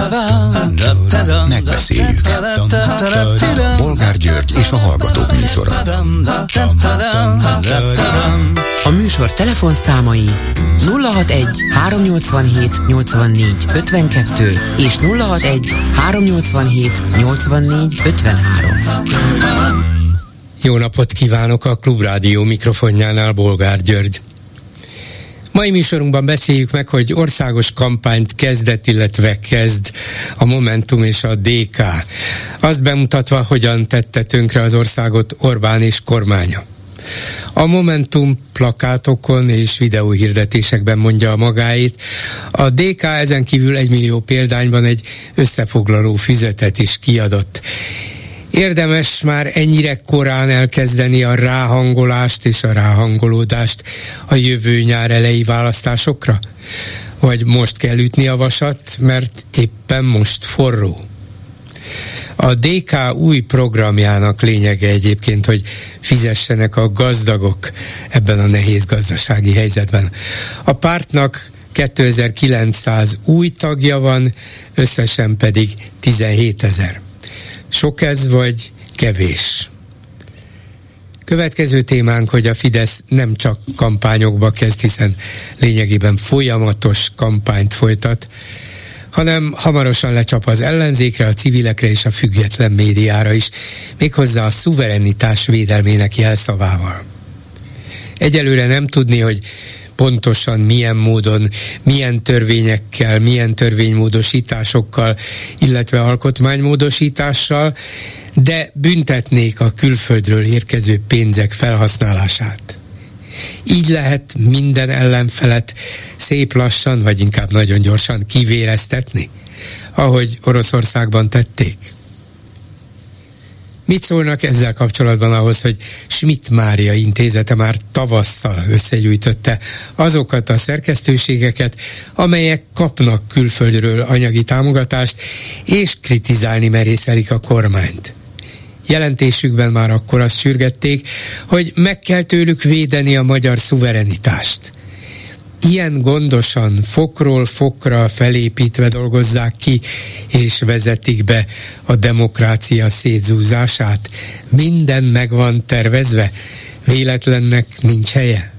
Megbeszéljük. Bolgár György és a Hallgatók műsora. A műsor telefonszámai 061 387 84 52 és 061 387 84 53. Jó napot kívánok, a Klubrádió mikrofonjánál Bolgár György. Mai műsorunkban beszéljük meg, hogy országos kampányt kezdett, illetve kezd a Momentum és a DK. Azt bemutatva, hogyan tette tönkre az országot Orbán és kormánya. A Momentum plakátokon és videóhirdetésekben mondja a magáét. A DK ezen kívül 1 millió példányban egy összefoglaló füzetet is kiadott. Érdemes már ennyire korán elkezdeni a ráhangolást és a ráhangolódást a jövő nyár eleji választásokra? Vagy most kell ütni a vasat, mert éppen most forró? A DK új programjának lényege egyébként, hogy fizessenek a gazdagok ebben a nehéz gazdasági helyzetben. A pártnak 2900 új tagja van, összesen pedig 17 000. Sok ez, vagy kevés? Következő témánk, hogy a Fidesz nem csak kampányokba kezd, hiszen lényegében folyamatos kampányt folytat, hanem hamarosan lecsap az ellenzékre, a civilekre és a független médiára is, méghozzá a szuverenitás védelmének jelszavával. Egyelőre nem tudni, hogy pontosan milyen módon, milyen törvényekkel, milyen törvénymódosításokkal, illetve alkotmánymódosítással, de büntetnék a külföldről érkező pénzek felhasználását. Így lehet minden ellenfelet szép lassan, vagy inkább nagyon gyorsan kivéreztetni, ahogy Oroszországban tették. Mit szólnak ezzel kapcsolatban ahhoz, hogy Schmidt Mária intézete már tavasszal összegyűjtötte azokat a szerkesztőségeket, amelyek kapnak külföldről anyagi támogatást, és kritizálni merészelik a kormányt. Jelentésükben már akkor azt sürgették, hogy meg kell tőlük védeni a magyar szuverenitást. Ilyen gondosan, fokról fokra felépítve dolgozzák ki és vezetik be a demokrácia szétzúzását. Minden meg van tervezve, véletlennek nincs helye.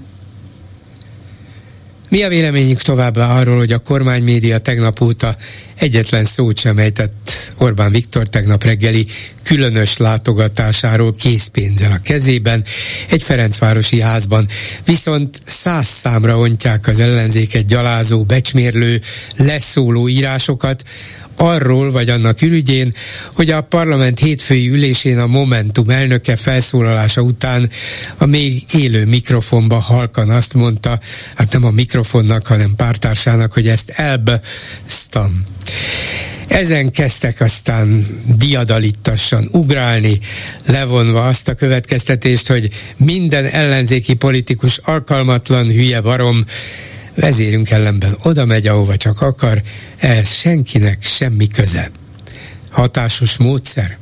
Mi a véleményük továbbá arról, hogy a kormánymédia tegnap óta egyetlen szót sem ejtett Orbán Viktor tegnap reggeli különös látogatásáról készpénzzel a kezében egy ferencvárosi házban, viszont 100 számra ontják az ellenzéket gyalázó, becsmérlő, leszóló írásokat arról vagy annak ürügyén, hogy a parlament hétfői ülésén a Momentum elnöke felszólalása után a még élő mikrofonba halkan azt mondta, hát nem a mikrofonnak, hanem pártársának, hogy ezt elbasztam. Ezen kezdtek aztán diadalittassan ugrálni, levonva azt a következtetést, hogy minden ellenzéki politikus alkalmatlan, hülye barom, vezérünk ellenben oda megy, ahova csak akar, ehhez senkinek semmi köze. Hatásos módszer?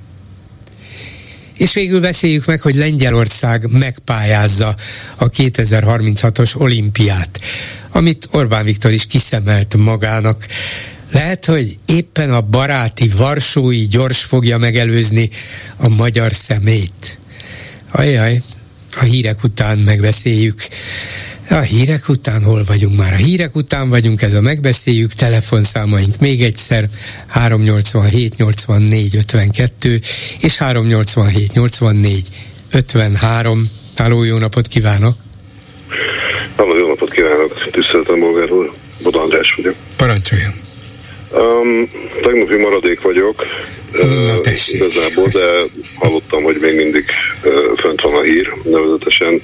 És végül beszéljük meg, hogy Lengyelország megpályázza a 2036-os olimpiát, amit Orbán Viktor is kiszemelt magának. Lehet, hogy éppen a baráti varsói gyors fogja megelőzni a magyar szemét. Ajjaj, a hírek után megbeszéljük. A hírek után hol vagyunk már? A hírek után vagyunk, ez a megbeszéljük, telefonszámaink még egyszer 387 84 52 és 387 84 53. Háló, jó napot kívánok! Háló, jó napot kívánok! Tiszteltem, Bolgár úr, Boda András vagyok. Parancsoljon! Tegnapi maradék vagyok, igazából, de hallottam, hogy még mindig fönt van a hír, nevezetesen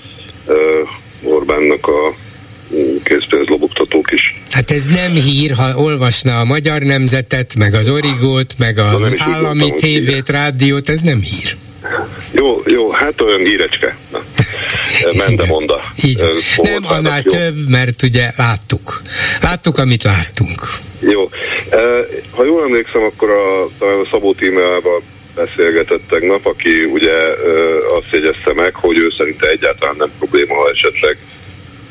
Orbánnak a készpénzlobogtatók is. Hát ez nem hír, ha olvasna a Magyar Nemzetet, meg az Origót, meg az állami tévét, rádiót, ez nem hír. Jó, hát olyan hírecske. Mendemonda. Nem annál több, mert ugye láttuk, amit láttunk. Jó. Ha jól emlékszem, akkor talán a Szabó Tímeával beszélgetett tegnap, aki ugye azt jegyezte meg, hogy ő szerinte egyáltalán nem probléma, ha esetleg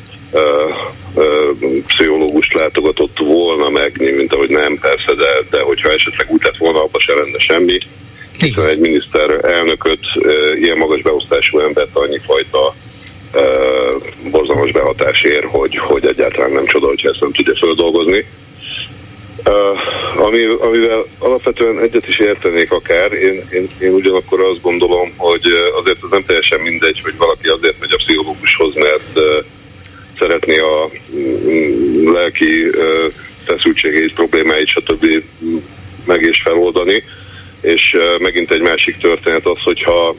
pszichológust látogatott volna meg, mint ahogy nem, persze, de hogy esetleg úgy lett volna, abba se lenne semmi. Hiszen egy miniszterelnököt, ilyen magas beosztású embert annyi fajta borzalmas behatás ér, hogy egyáltalán nem csoda, hogyha ezt nem tudja földolgozni. Amivel alapvetően egyet is értenék akár, én ugyanakkor azt gondolom, hogy azért ez nem teljesen mindegy, hogy valaki azért megy a pszichológushoz, mert szeretné a lelki feszültségeit, problémáit, stb. Meg és feloldani. És megint egy másik történet az, hogyha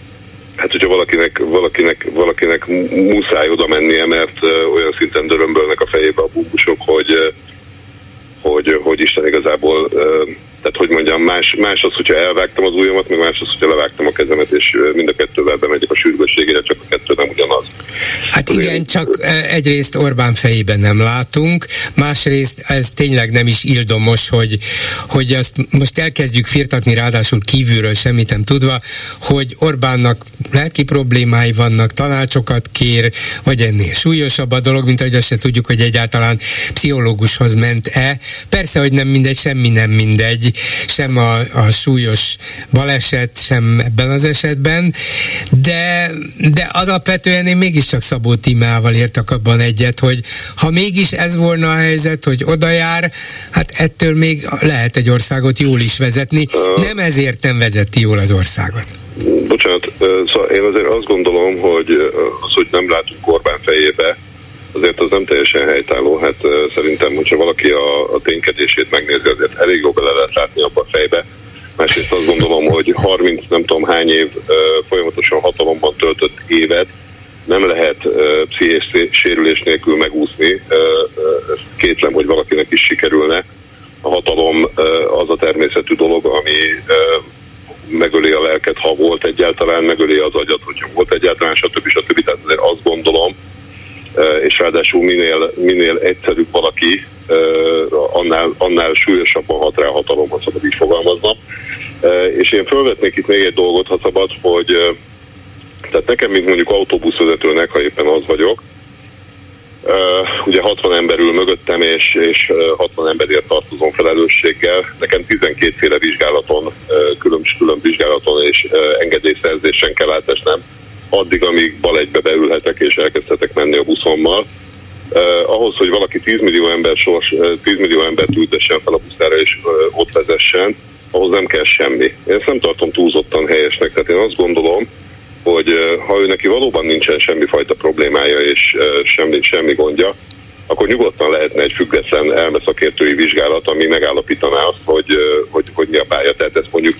valakinek muszáj oda mennie, mert olyan szinten dörömbölnek a fejébe a bumbusok, hogy Isten igazából, tehát hogy mondjam, más az, hogyha elvágtam az ujjamat, meg más az, hogyha levágtam a kezemet, és mind a kettővel bemegyek a sürgősségére, csak a kettő nem ugyanaz. Hát igen, csak egyrészt Orbán fejében nem látunk, másrészt ez tényleg nem is ildomos, hogy azt most elkezdjük firtatni, ráadásul kívülről semmit nem tudva, hogy Orbánnak lelki problémái vannak, tanácsokat kér, vagy ennél súlyosabb a dolog, mint ahogy azt se tudjuk, hogy egyáltalán pszichológushoz ment-e. Persze, hogy nem mindegy, semmi nem mindegy, sem a súlyos baleset, sem ebben az esetben, de alapvetően én mégiscsak Szabó Tímeával értek abban egyet, hogy ha mégis ez volna a helyzet, hogy oda jár, hát ettől még lehet egy országot jól is vezetni, nem ezért nem vezeti jól az országot. Bocsánat, szóval én azért azt gondolom, hogy az, hogy nem látunk Orbán fejébe, azért az nem teljesen helytálló. Hát szerintem, hogyha valaki a ténykedését megnézi, azért elég jól bele lehet látni abba a fejbe. Másrészt azt gondolom, hogy 30 nem tudom hány év folyamatosan hatalomban töltött évet nem lehet pszichés sérülés nélkül megúszni. Ezt kétlem, hogy valakinek is sikerülne. A hatalom az a természetű dolog, ami megöli a lelket, ha volt egyáltalán, megöli az agyat, hogyha volt egyáltalán, stb. Tehát azért azt gondolom, és ráadásul minél egyszerűbb valaki, annál súlyosabban hat rá a hatalom, ha szabad így fogalmaznom. És én felvetnék itt még egy dolgot, ha szabad, hogy tehát nekem, mint mondjuk autóbuszvezetőnek, ha éppen az vagyok, ugye 60 ember ül mögöttem, és 60 emberért tartozom felelősséggel. Nekem 12 féle vizsgálaton, külön vizsgálaton és engedélyszerzésen kell átesnem, addig, amíg bal egybe beülhetek és elkezdhetek menni a buszommal. Ahhoz, hogy valaki 10 millió embert ültessen fel a buszára és ott vezessen, ahhoz nem kell semmi. Én ezt nem tartom túlzottan helyesnek, tehát én azt gondolom, hogy ha ő neki valóban nincsen semmifajta problémája és semmi gondja, akkor nyugodtan lehetne egy független elmeszakértői vizsgálat, ami megállapítaná azt, hogy mi a bája. Tehát ezt mondjuk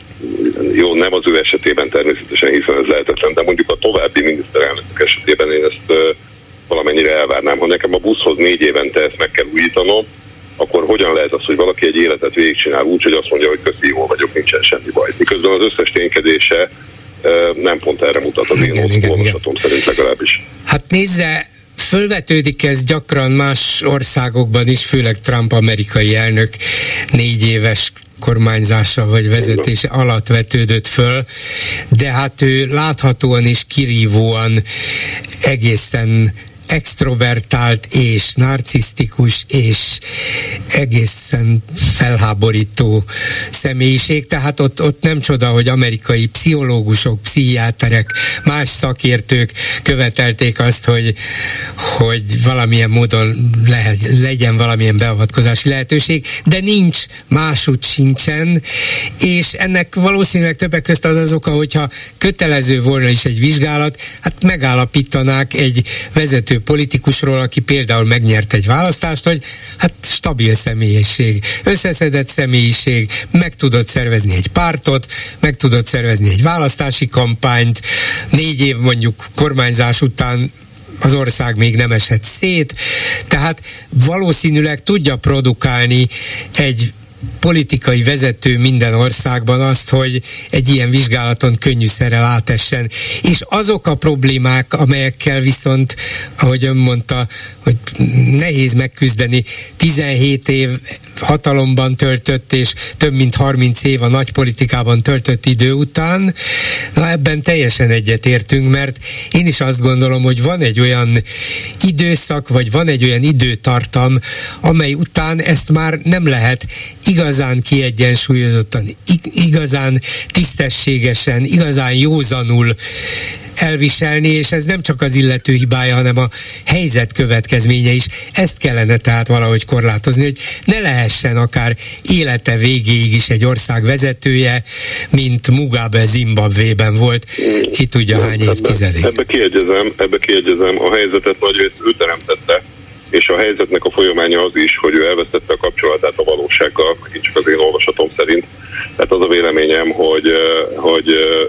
jó, nem az ő esetében természetesen, hiszen ez lehetetlen, de mondjuk a további miniszterelnökök esetében én ezt valamennyire elvárnám. Ha nekem a buszhoz 4 évente ezt meg kell újítanom, akkor hogyan lehet az, hogy valaki egy életet végigcsinál úgy, hogy azt mondja, hogy köszi, jól vagyok, nincsen semmi baj. Miközben az összes ténykedése nem pont erre mutat az én olvasatom szerint legalábbis. Hát nézze, fölvetődik ez gyakran más országokban is, főleg Trump amerikai elnök 4 éves kormányzása vagy vezetése alatt vetődött föl, de hát ő láthatóan és kirívóan egészen extrovertált és narcisztikus és egészen felháborító személyiség, tehát ott nem csoda, hogy amerikai pszichológusok, pszichiáterek, más szakértők követelték azt, hogy valamilyen módon legyen valamilyen beavatkozási lehetőség, de nincs, másút sincsen, és ennek valószínűleg többek közt az oka, hogyha kötelező volna is egy vizsgálat, hát megállapítanák egy vezető politikusról, aki például megnyert egy választást, hogy hát stabil személyiség, összeszedett személyiség, meg tudott szervezni egy pártot, meg tudott szervezni egy választási kampányt, 4 év mondjuk kormányzás után az ország még nem esett szét, tehát valószínűleg tudja produkálni egy politikai vezető minden országban azt, hogy egy ilyen vizsgálaton könnyűszerrel átessen. És azok a problémák, amelyekkel viszont, ahogy ön mondta, hogy nehéz megküzdeni, 17 év hatalomban töltött és több mint 30 év a nagypolitikában töltött idő után. Na, ebben teljesen egyetértünk, mert én is azt gondolom, hogy van egy olyan időszak, vagy van egy olyan időtartam, amely után ezt már nem lehet igazán kiegyensúlyozottan, igazán tisztességesen, igazán józanul elviselni, és ez nem csak az illető hibája, hanem a helyzet következménye is. Ezt kellene tehát valahogy korlátozni, hogy ne lehessen akár élete végéig is egy ország vezetője, mint Mugabe Zimbabvében volt, ki tudja hány évtizedig. Ebbe kiegyezem, a helyzetet nagyrészt ő teremtette, és a helyzetnek a folyamánya az is, hogy ő elvesztette a kapcsolatát a valósággal, megint csak az én olvasatom szerint. Tehát az a véleményem, hogy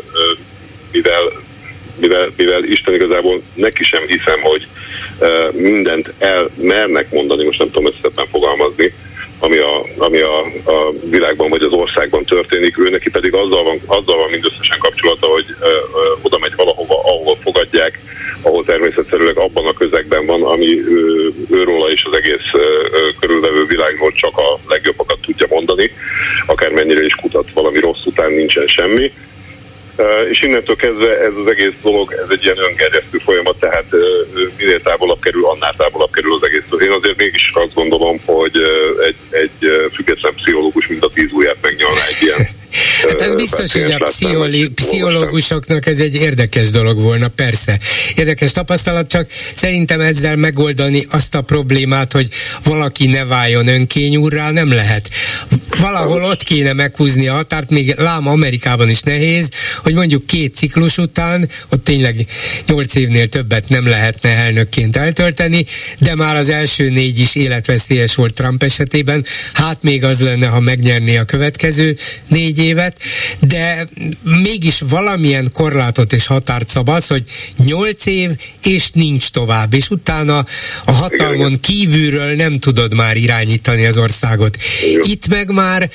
mivel Isten igazából neki sem hiszem, hogy mindent elmernek mondani, most nem tudom ezt szépen fogalmazni, ami a világban vagy az országban történik, ő neki pedig azzal van mindösszesen kapcsolata, hogy oda megy valahova, ahol fogadják, ahol természetszerűleg abban a közegben van, ami őróla és az egész körülvevő világról csak a legjobbakat tudja mondani, akármennyire is kutat valami rossz után, nincsen semmi. És innentől kezdve ez az egész dolog, ez egy ilyen öngerjesztő folyamat, tehát minél távolabb kerül, annál távolabb kerül az egész. Én azért mégis azt gondolom, hogy egy független pszichológus, mint a 10 ujját megnyalná egy ilyen. Hát ez biztos, hogy a pszichológusoknak ez egy érdekes dolog volna, persze. Érdekes tapasztalat, csak szerintem ezzel megoldani azt a problémát, hogy valaki ne váljon önkényúrrá, nem lehet. Valahol ott kéne meghúzni a határt, még lám Amerikában is nehéz, hogy mondjuk 2 ciklus után, ott tényleg 8 évnél többet nem lehetne elnökként eltölteni, de már az első 4 is életveszélyes volt Trump esetében, hát még az lenne, ha megnyerné a következő 4 évet, de mégis valamilyen korlátot és határt szabaz, hogy 8 év és nincs tovább, és utána a hatalmon kívülről nem tudod már irányítani az országot. Itt meg már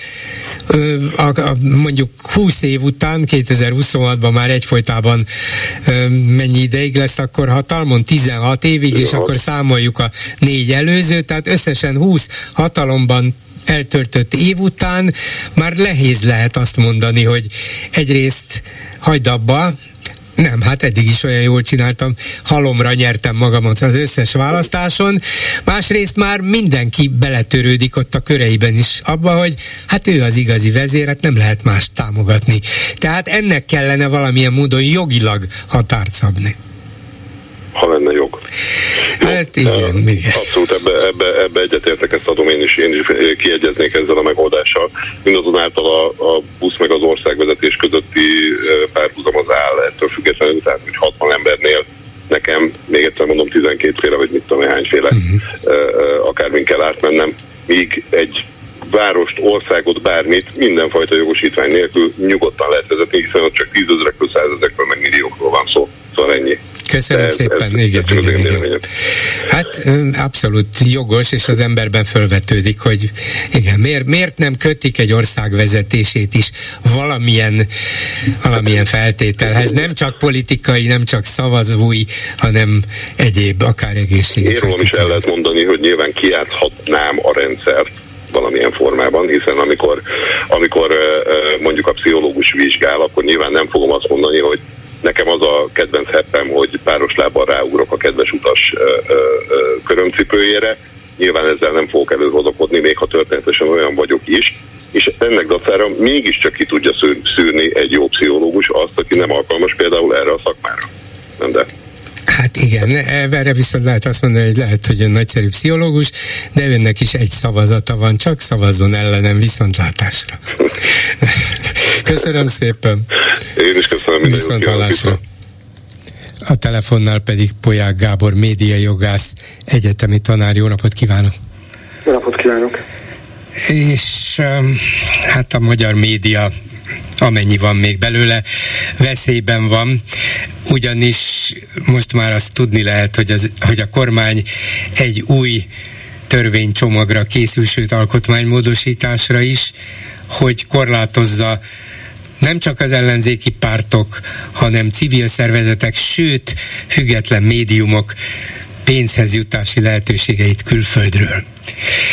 mondjuk 20 év után, 2026-ban már egyfolytában mennyi ideig lesz akkor hatalmon? 16 évig, és akkor számoljuk a 4 előző, tehát összesen 20 hatalomban eltöltött év után már nehéz lehet azt mondani, hogy egyrészt hagyd abba, nem, hát eddig is olyan jól csináltam, halomra nyertem magamat az összes választáson, másrészt már mindenki beletörődik ott a köreiben is abba, hogy hát ő az igazi vezér, hát nem lehet mást támogatni. Tehát ennek kellene valamilyen módon jogilag határt szabni. Ha lenne jog. Hát igen. Abszolút ebbe egyetértek, ezt adom én is kiegyeznék ezzel a megoldással. Mindazonáltal a busz meg az országvezetés közötti párhuzam az áll ettől függetlenül, tehát hogy 60 embernél nekem, még egyszer mondom, 12 féle, vagy mit tudom, hányféle akármin kell átmennem, míg egy várost, országot, bármit, mindenfajta jogosítvány nélkül nyugodtan lehet vezetni, hiszen ott csak 10 000-ekről, 100 000-ekről, meg milliókról van szó. Szóval ennyi. Köszönöm szépen. Igen. Hát abszolút jogos, és az emberben fölvetődik, hogy igen, miért nem kötik egy ország vezetését is valamilyen feltételhez, nem csak politikai, nem csak szavazói, hanem egyéb, akár egészségi feltételhez. Is el lehet mondani, hogy nyilván kiáthatnám a rendszert valamilyen formában, hiszen amikor mondjuk a pszichológus vizsgál, akkor nyilván nem fogom azt mondani, hogy nekem az a kedvenc heppem, hogy páros lábbal ráugrok a kedves utas körömcipőjére. Nyilván ezzel nem fogok előhozakodni, még ha történetesen olyan vagyok is. És ennek dacára mégiscsak ki tudja szűrni egy jó pszichológus azt, aki nem alkalmas például erre a szakmára. Nem de? Hát igen, erre viszont lehet azt mondani, hogy lehet, hogy ön nagyszerű pszichológus, de önnek is egy szavazata van, csak szavazzon ellenem, viszontlátásra. Köszönöm szépen. Én is köszönöm. Viszontlátásra. A telefonnál pedig Polyák Gábor médiajogász, egyetemi tanár. Jó napot kívánok! Jó napot kívánok! És hát a magyar média, amennyi van még belőle, veszélyben van, ugyanis most már azt tudni lehet, hogy a kormány egy új törvénycsomagra készül, sőt alkotmánymódosításra is, hogy korlátozza nem csak az ellenzéki pártok, hanem civil szervezetek, sőt független médiumok pénzhez jutási lehetőségeit külföldről.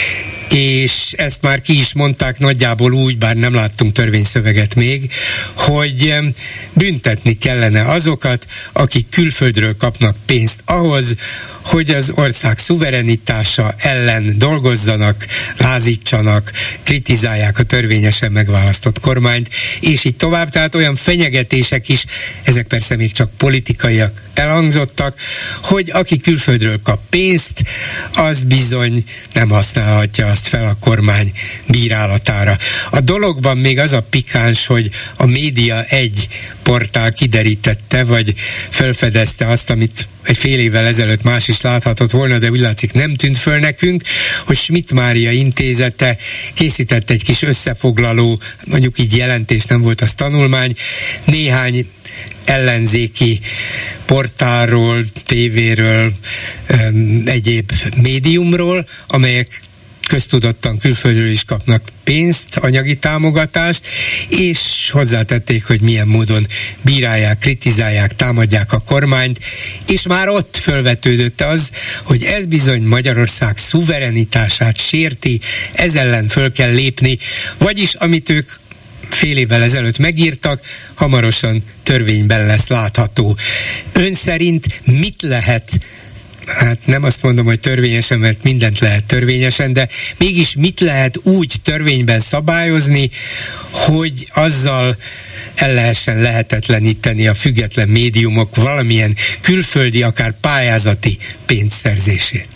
és ezt már ki is mondták nagyjából úgy, bár nem láttunk törvényszöveget még, hogy büntetni kellene azokat, akik külföldről kapnak pénzt ahhoz, hogy az ország szuverenitása ellen dolgozzanak, lázítsanak, kritizálják a törvényesen megválasztott kormányt, és így tovább. Tehát olyan fenyegetések is, ezek persze még csak politikaiak elhangzottak, hogy aki külföldről kap pénzt, az bizony nem használhatja azt fel a kormány bírálatára. A dologban még az a pikáns, hogy a Média 1 portál kiderítette, vagy felfedezte azt, amit egy fél évvel ezelőtt más is láthatott volna, de úgy látszik nem tűnt föl nekünk, hogy Schmidt Mária intézete készített egy kis összefoglaló, mondjuk így jelentés, nem volt az tanulmány, néhány ellenzéki portálról, tévéről, egyéb médiumról, amelyek köztudottan külföldről is kapnak pénzt, anyagi támogatást, és hozzátették, hogy milyen módon bírálják, kritizálják, támadják a kormányt, és már ott fölvetődött az, hogy ez bizony Magyarország szuverenitását sérti, ez ellen föl kell lépni, vagyis amit ők fél évvel ezelőtt megírtak, hamarosan törvényben lesz látható. Ön szerint mit lehet, hát nem azt mondom, hogy törvényesen, mert mindent lehet törvényesen, de mégis mit lehet úgy törvényben szabályozni, hogy azzal el lehessen lehetetleníteni a független médiumok valamilyen külföldi, akár pályázati pénzszerzését?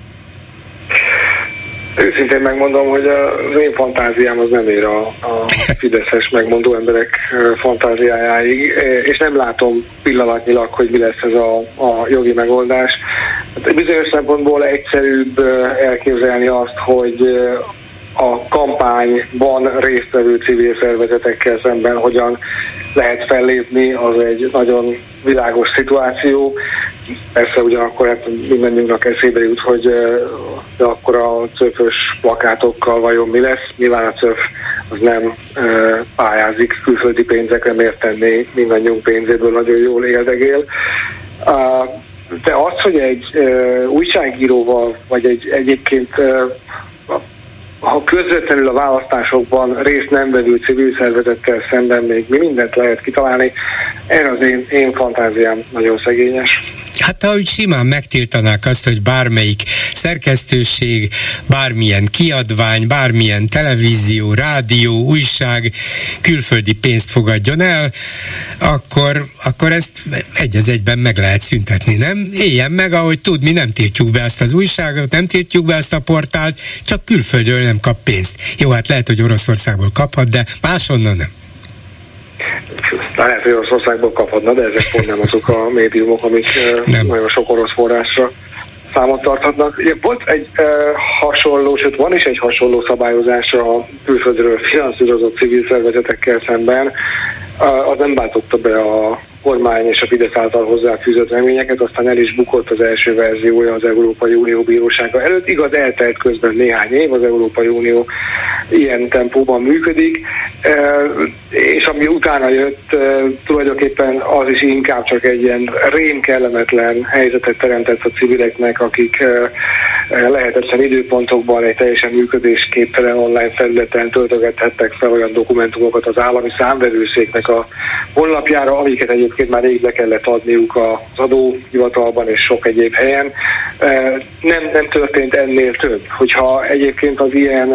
Őszintén megmondom, hogy az én fantáziám az nem ér a fideszes megmondó emberek fantáziájáig, és nem látom pillanatnyilag, hogy mi lesz ez a jogi megoldás. Bizonyos szempontból egyszerűbb elképzelni azt, hogy a kampányban résztvevő civil szervezetekkel szemben hogyan lehet fellépni, az egy nagyon világos szituáció. Persze ugyanakkor hát mindannyiunknak eszébe jut, hogy de akkor a CÖF-ös plakátokkal vajon mi lesz? Nyilván a CÖF az nem pályázik külföldi pénzekre, miért tenné, mindannyiunk pénzéből nagyon jól éldegél. De az, hogy egy újságíróval, vagy egyébként ha közvetlenül a választásokban részt nem vevő civil szervezettel szemben még mi mindent lehet kitalálni, erre az én fantáziám nagyon szegényes. Hát ahogy simán megtiltanák azt, hogy bármelyik szerkesztőség, bármilyen kiadvány, bármilyen televízió, rádió, újság külföldi pénzt fogadjon el, akkor ezt egy az egyben meg lehet szüntetni, nem? Éljen meg, ahogy tud, mi nem tiltjuk be ezt az újságot, nem tiltjuk be ezt a portált, csak külföldről nem kap pénzt. Jó, hát lehet, hogy Oroszországból kaphat, de máshonnan nem. Lehet, hogy Oroszországból kaphatna, de ezek pont nem azok a médiumok, amik nagyon sok orosz forrásra számot tarthatnak. Volt egy hasonló, sőt van is egy hasonló szabályozás a külföldről finanszírozott civil szervezetekkel szemben. Az nem váltotta be a kormány és a Fidesz által hozzáfűzött reményeket, aztán el is bukott az első verziója az Európai Unió bírósága előtt. Igaz, eltelt közben néhány év, az Európai Unió ilyen tempóban működik, és ami utána jött, tulajdonképpen az is inkább csak egy ilyen rémkellemetlen helyzetet teremtett a civileknek, akik lehetetlen időpontokban egy teljesen működésképtelen online felületen töltögethettek fel olyan dokumentumokat az állami számvevőszéknek a honlapjára, amiket egyébként már rég le kellett adniuk az adóhivatalban és sok egyéb helyen. Nem történt ennél több. Hogyha egyébként az ilyen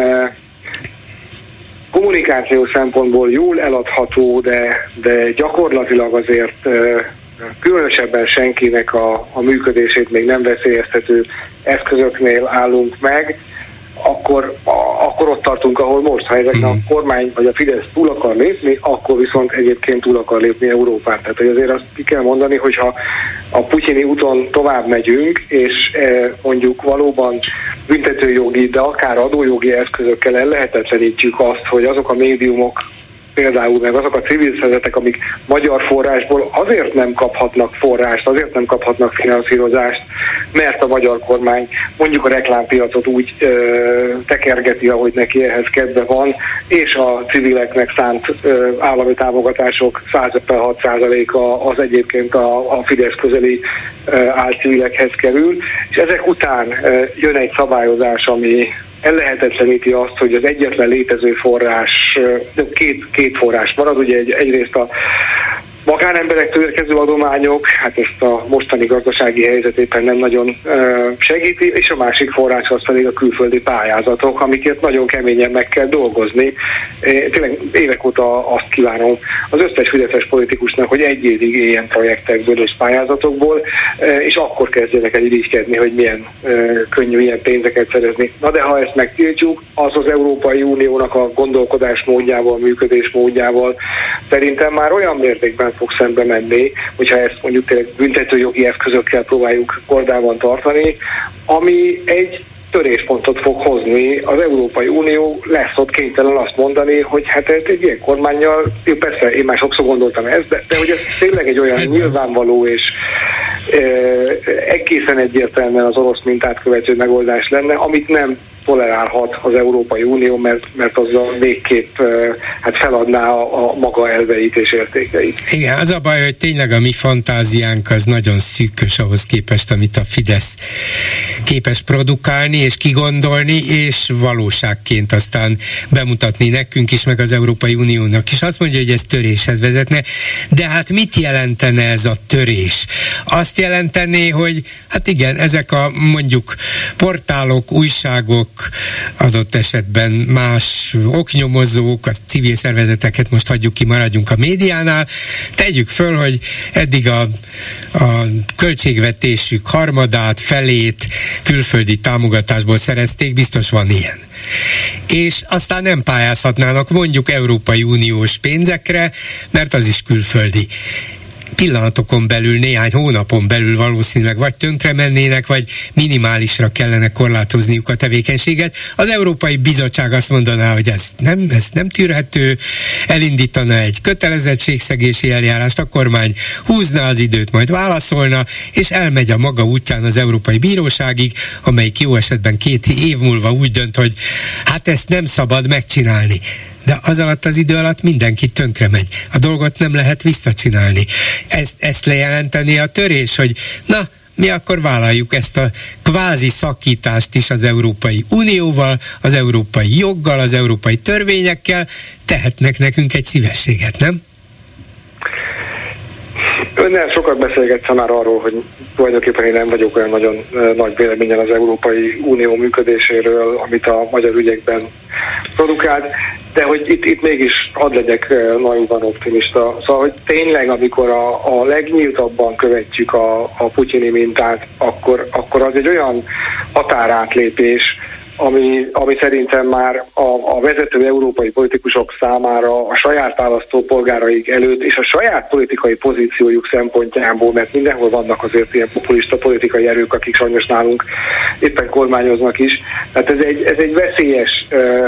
kommunikáció szempontból jól eladható, de gyakorlatilag azért különösebben senkinek a működését még nem veszélyeztető eszközöknél állunk meg, akkor ott tartunk, ahol most. Ha ezeknek a kormány vagy a Fidesz túl akar lépni, akkor viszont egyébként túl akar lépni Európát. Tehát hogy azért azt ki kell mondani, hogyha a putyini úton tovább megyünk, és mondjuk valóban büntetőjogi, de akár adójogi eszközökkel ellehetetlenítjük azt, hogy azok a médiumok, például meg azok a civil szervezetek, amik magyar forrásból azért nem kaphatnak forrást, azért nem kaphatnak finanszírozást, mert a magyar kormány mondjuk a reklámpiacot úgy tekergeti, ahogy neki ehhez kedve van, és a civileknek szánt állami támogatások 156%-a az egyébként a Fidesz közeli álcivilekhez kerül, és ezek után jön egy szabályozás, ami ellehetetleníti azt, hogy az egyetlen létező forrás, két forrás marad, ugye egyrészt a magánemberektől érkező adományok, hát ezt a mostani gazdasági helyzet éppen nem nagyon segíti, és a másik forrás az pedig a külföldi pályázatok, amiket nagyon keményen meg kell dolgozni. Tényleg évek óta azt kívánom az összes fideszes politikusnak, hogy egy évig éljen projektekből és pályázatokból, és akkor kezdjenek el irigykedni, hogy milyen könnyű ilyen pénzeket szerezni. Na de ha ezt megtiltjuk, az az Európai Uniónak a gondolkodásmódjával, működésmódjával szerintem már olyan mértékben fog szembe menni, hogyha ezt mondjuk tényleg büntetőjogi eszközökkel próbáljuk kordában tartani, ami egy töréspontot fog hozni. Az Európai Unió lesz ott kénytelen azt mondani, hogy hát egy ilyen kormánnyal, persze én már sokszor gondoltam ezt, de hogy ez tényleg egy olyan nyilvánvaló és egészen egyértelműen az orosz mintát követő megoldás lenne, amit nem tolerálhat az Európai Unió, mert azzal végképp hát feladná a maga elveit és értékeit. Igen, az a baj, hogy tényleg a mi fantáziánk az nagyon szűkös ahhoz képest, amit a Fidesz képes produkálni és kigondolni, és valóságként aztán bemutatni nekünk is, meg az Európai Uniónak is. Azt mondja, hogy ez töréshez vezetne, de hát mit jelentene ez a törés? Azt jelentené, hogy hát igen, ezek a mondjuk portálok, újságok, adott esetben más oknyomozók, a civil szervezeteket most hagyjuk ki, maradjunk a médiánál, tegyük föl, hogy eddig a költségvetésük harmadát, felét külföldi támogatásból szerezték, biztos van ilyen. És aztán nem pályázhatnának mondjuk Európai Uniós pénzekre, mert az is külföldi. Pillanatokon belül, néhány hónapon belül valószínűleg vagy tönkre mennének, vagy minimálisra kellene korlátozniuk a tevékenységet. Az Európai Bizottság azt mondaná, hogy ez nem tűrhető, elindítana egy kötelezettségszegési eljárást, a kormány húzná az időt, majd válaszolna, és elmegy a maga útján az Európai Bíróságig, amelyik jó esetben 2 év múlva úgy dönt, hogy hát ezt nem szabad megcsinálni. De az alatt az idő alatt mindenki tönkre megy. A dolgot nem lehet visszacsinálni. Ezt lejelenteni a törés, hogy na, mi akkor vállaljuk ezt a kvázi szakítást is az Európai Unióval, az európai joggal, az európai törvényekkel, tehetnek nekünk egy szívességet, nem? Önnel sokat beszélgettem már arról, hogy tulajdonképpen én nem vagyok olyan nagyon nagy véleményen az Európai Unió működéséről, amit a magyar ügyekben produkált, de hogy itt mégis hadd legyek naívan optimista. Szóval, hogy tényleg, amikor a legnyíltabban követjük a putyini mintát, akkor az egy olyan határátlépés, ami szerintem már a vezető európai politikusok számára a saját választópolgáraik előtt és a saját politikai pozíciójuk szempontjából, mert mindenhol vannak azért ilyen populista politikai erők, akik sajnos nálunk éppen kormányoznak is. Tehát ez egy veszélyes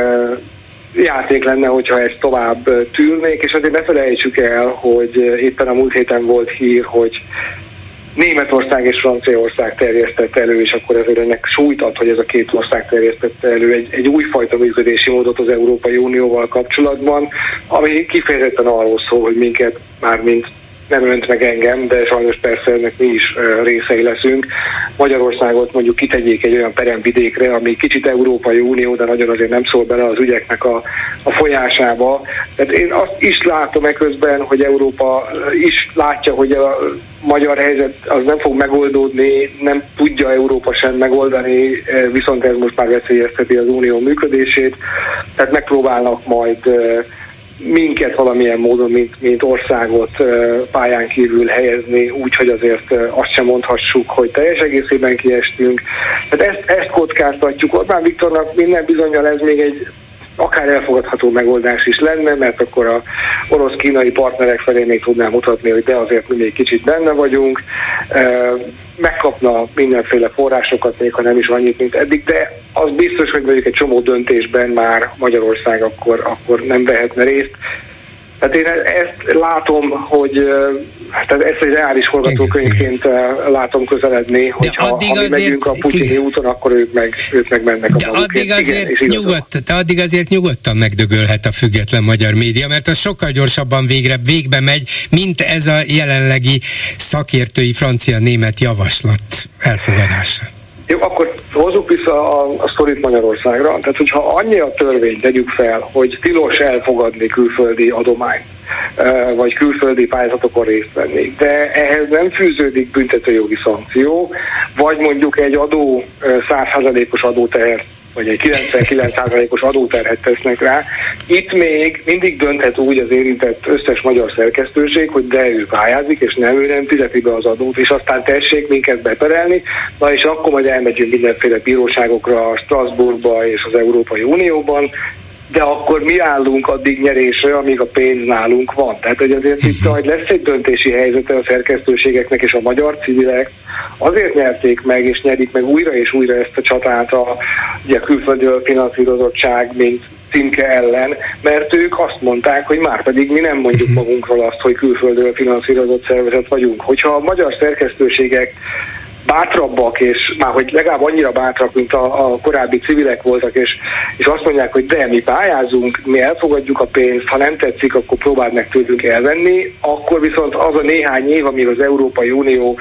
játék lenne, hogyha ezt tovább tűrnék, és azért ne felejtsük el, hogy éppen a múlt héten volt hír, hogy Németország és Franciaország terjesztett elő, és akkor ezért ennek súlyt ad, hogy ez a 2 ország terjesztette elő egy újfajta működési módot az Európai Unióval kapcsolatban, ami kifejezetten arról szól, hogy minket már mint nem önt meg engem, de sajnos persze ennek mi is részei leszünk. Magyarországot mondjuk kitegyék egy olyan peremvidékre, ami kicsit Európai Unió, de nagyon azért nem szól bele az ügyeknek a folyásába. Tehát én azt is látom eközben, hogy Európa is látja, hogy a magyar helyzet az nem fog megoldódni, nem tudja Európa sem megoldani, viszont ez most már veszélyezteti az unió működését, tehát megpróbálnak majd minket valamilyen módon, mint országot pályán kívül helyezni, úgyhogy azért azt sem mondhassuk, hogy teljes egészében kiestünk. Tehát ezt kockáztatjuk. Orbán Viktornak minden bizonnyal ez még egy akár elfogadható megoldás is lenne, mert akkor a orosz-kínai partnerek felé még tudnám mutatni, hogy de azért mi még kicsit benne vagyunk. Megkapna mindenféle forrásokat, még ha nem is annyit, mint eddig, de az biztos, hogy mondjuk egy csomó döntésben már Magyarország akkor nem vehetne részt. Tehát én ezt látom, hogy tehát ezt egy reális forgatókönyvként látom közeledni, hogyha ha mi megyünk a putyini úton, akkor ők meg mennek a de addig azért nyugodtan megdögölhet a független magyar média, mert az sokkal gyorsabban végbe megy, mint ez a jelenlegi szakértői francia-német javaslat elfogadása. Jó, akkor Hozzuk vissza a sztorit Magyarországra. Tehát, hogyha annyi a törvény, tegyük fel, hogy tilos elfogadni külföldi adományt, vagy külföldi pályázatokon részt venni, de ehhez nem fűződik büntetőjogi szankció, vagy mondjuk egy adó 100%-os adóteher, vagy egy 99%-os adóterhet tesznek rá. Itt még mindig dönthet úgy az érintett összes magyar szerkesztőség, hogy de ő pályázik, és ő nem fizeti be az adót, és aztán tessék minket beperelni, na és akkor majd elmegyünk mindenféle bíróságokra, Strasbourgba és az Európai Unióban, de akkor mi állunk addig nyerésre, amíg a pénz nálunk van. Tehát, hogy azért itt majd lesz egy döntési helyzete a szerkesztőségeknek, és a magyar civilek azért nyerték meg, és nyerik meg újra és újra ezt a csatát a külföldi finanszírozottság, mint címke ellen, mert ők azt mondták, hogy már pedig mi nem mondjuk magunkról azt, hogy külföldről finanszírozott szervezet vagyunk. Hogyha a magyar szerkesztőségek bátrabbak, és már hogy legalább annyira bátrak, mint a korábbi civilek voltak, és azt mondják, hogy de mi pályázunk, mi elfogadjuk a pénzt, ha nem tetszik, akkor próbáld meg tőlünk elvenni, akkor viszont az a néhány év, amíg az Európai Unió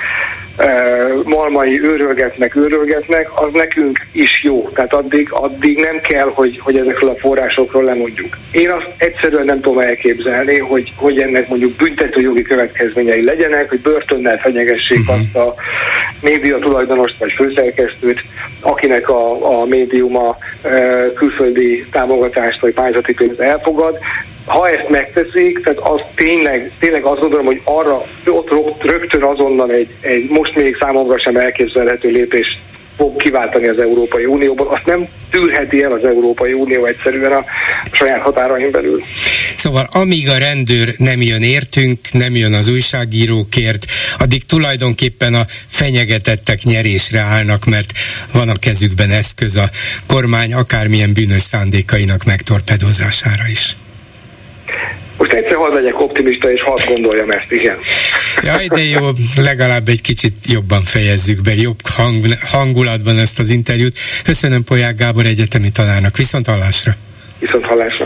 malmai őrölgetnek, az nekünk is jó. Tehát addig nem kell, hogy ezekről a forrásokról lemondjuk. Én azt egyszerűen nem tudom elképzelni, hogy ennek mondjuk büntetőjogi következményei legyenek, hogy börtönnel fenyegessék azt a média tulajdonost vagy főszerkesztőt, akinek a médiuma külföldi támogatást vagy pályázati pénzt elfogad. Ha ezt megteszik, tehát az tényleg azt gondolom, hogy arra ott rögtön azonnal egy most még számomra sem elképzelhető lépést fog kiváltani az Európai Unióból. Azt nem tűrheti el az Európai Unió egyszerűen a saját határain belül. Szóval amíg a rendőr nem jön értünk, nem jön az újságírókért, addig tulajdonképpen a fenyegetettek nyerésre állnak, mert van a kezükben eszköz a kormány akármilyen bűnös szándékainak megtorpedozására is. Most egyszer hadd legyek optimista, és hadd gondoljam ezt, igen. Jaj, de jó, legalább egy kicsit jobban fejezzük be, jobb hangulatban ezt az interjút. Köszönöm Polyák Gábor egyetemi tanárnak. Viszont hallásra. Viszont hallásra.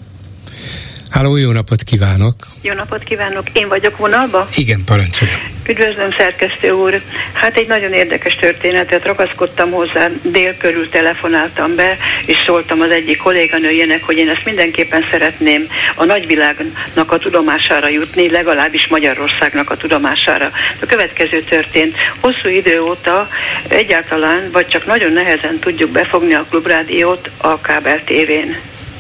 Háló, jó napot kívánok! Jó napot kívánok! Én vagyok vonalba? Igen, parancsolja. Üdvözlöm, szerkesztő úr! Hát egy nagyon érdekes történetet ragaszkodtam hozzá, dél körül telefonáltam be, és szóltam az egyik kolléganőjének, hogy én ezt mindenképpen szeretném a nagyvilágnak a tudomására jutni, legalábbis Magyarországnak a tudomására. A következő történt. Hosszú idő óta egyáltalán, vagy csak nagyon nehezen tudjuk befogni a Klubrádiót a kábel tévén.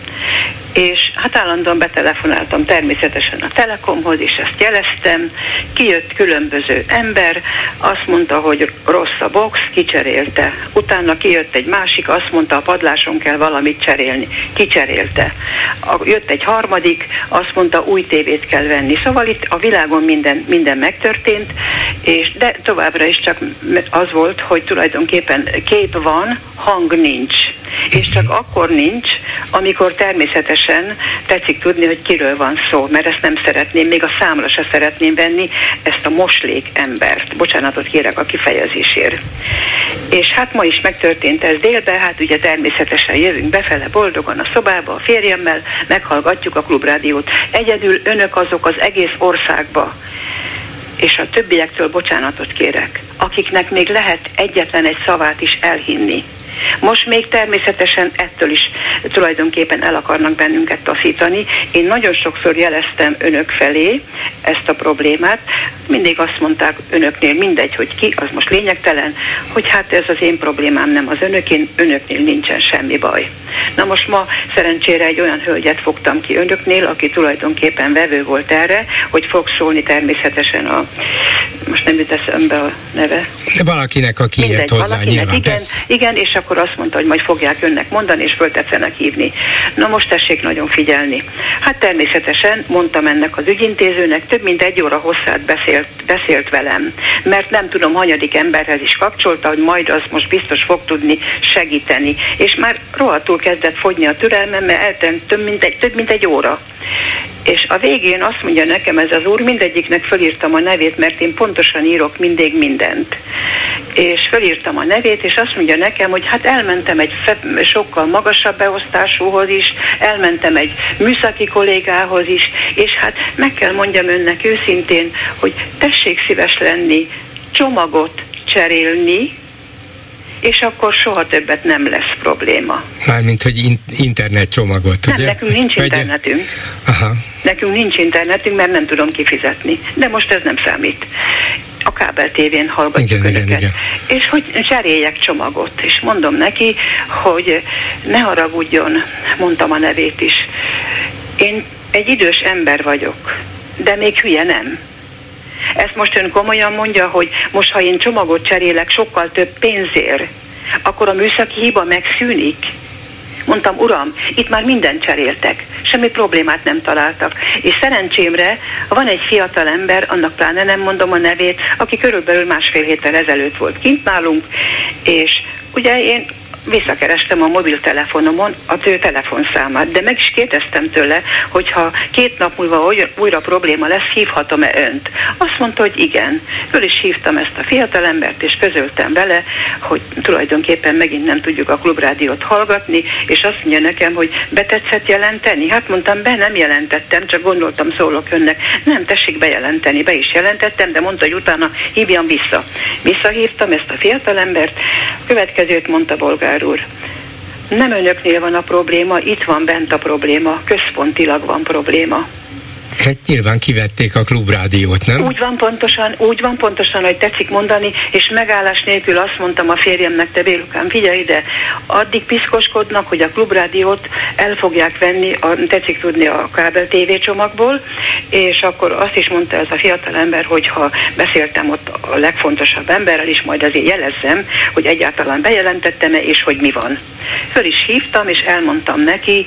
És hát állandóan betelefonáltam természetesen a Telekomhoz, és ezt jeleztem. Kijött különböző ember, azt mondta, hogy rossz a box, kicserélte. Utána kijött egy másik, azt mondta, a padláson kell valamit cserélni. Kicserélte. Jött egy harmadik, azt mondta, új tévét kell venni. Szóval itt a világon minden megtörtént, de továbbra is csak az volt, hogy tulajdonképpen kép van, hang nincs. És csak akkor nincs, amikor természetesen tetszik tudni, hogy kiről van szó, mert ezt nem szeretném, még a számra se szeretném venni, ezt a moslék embert. Bocsánatot kérek a kifejezésért. És hát ma is megtörtént ez délben, hát ugye természetesen jövünk befele boldogan a szobába a férjemmel, meghallgatjuk a Klubrádiót. Egyedül önök azok az egész országba, és a többiektől bocsánatot kérek, akiknek még lehet egyetlen egy szavát is elhinni. Most még természetesen ettől is tulajdonképpen el akarnak bennünket taszítani. Én nagyon sokszor jeleztem önök felé ezt a problémát. Mindig azt mondták önöknél, mindegy, hogy ki, az most lényegtelen, hogy hát ez az én problémám, nem az önöknél nincsen semmi baj. Na most ma szerencsére egy olyan hölgyet fogtam ki önöknél, aki tulajdonképpen vevő volt erre, hogy fog szólni természetesen most nem jut eszembe a neve. De valakinek, aki ért hozzá, nyilván. Igen, és akkor azt mondta, hogy majd fogják önnek mondani, és föltetszenek hívni. Na most tessék nagyon figyelni. Hát természetesen mondtam ennek az ügyintézőnek, több mint 1 óra hosszát beszélt velem, mert nem tudom, hanyadik emberhez is kapcsolta, hogy majd az most biztos fog tudni segíteni. És már rohadtul kezdett fogyni a türelmem, mert eltelt több mint egy óra. És a végén azt mondja nekem ez az úr, mindegyiknek fölírtam a nevét, mert én pontosan írok mindig mindent. És fölírtam a nevét, és azt mondja nekem, hogy hát elmentem egy sokkal magasabb beosztásúhoz is, elmentem egy műszaki kollégához is, és hát meg kell mondjam önnek őszintén, hogy tessék szíves lenni, csomagot cserélni, és akkor soha többet nem lesz probléma. Mármint, hogy internetcsomagot, ugye? Nem, nekünk nincs internetünk. Aha. Nekünk nincs internetünk, mert nem tudom kifizetni. De most ez nem számít. A kábel tévén hallgatjuk önöket. Igen. És hogy cseréljek csomagot. És mondom neki, hogy ne haragudjon, mondtam a nevét is. Én egy idős ember vagyok, de még hülye nem. Ezt most ön komolyan mondja, hogy most, ha én csomagot cserélek sokkal több pénzért, akkor a műszaki hiba megszűnik? Mondtam, uram, itt már mindent cseréltek, semmi problémát nem találtak. És szerencsémre van egy fiatal ember, annak pláne nem mondom a nevét, aki körülbelül 1,5 héttel ezelőtt volt kint nálunk, és ugye én visszakerestem a mobiltelefonomon az ő telefonszámát, de meg is kérdeztem tőle, hogyha 2 nap múlva újra probléma lesz, hívhatom-e önt? Azt mondta, hogy igen. Föl is hívtam ezt a fiatalembert, és közöltem vele, hogy tulajdonképpen megint nem tudjuk a Klubrádiót hallgatni, és azt mondja nekem, hogy betetszett jelenteni? Hát mondtam, nem jelentettem, csak gondoltam, szólok önnek. Nem, tessék bejelenteni, be is jelentettem, de mondta, hogy utána hívjam vissza. Visszahívtam ezt a fiatalembert, a következőt mondta Bolgár úr. Nem önöknél van a probléma, itt van bent a probléma, központilag van probléma. Hát nyilván kivették a Klubrádiót, nem? Úgy van pontosan, hogy tetszik mondani, és megállás nélkül azt mondtam a férjemnek, te Bélukám, figyelj ide, addig piszkoskodnak, hogy a Klubrádiót el fogják venni, tetszik tudni, a kábel TV csomagból, és akkor azt is mondta ez a fiatal ember, hogy ha beszéltem ott a legfontosabb emberrel is, majd azért jelezzem, hogy egyáltalán bejelentettem-e, és hogy mi van. Föl is hívtam, és elmondtam neki,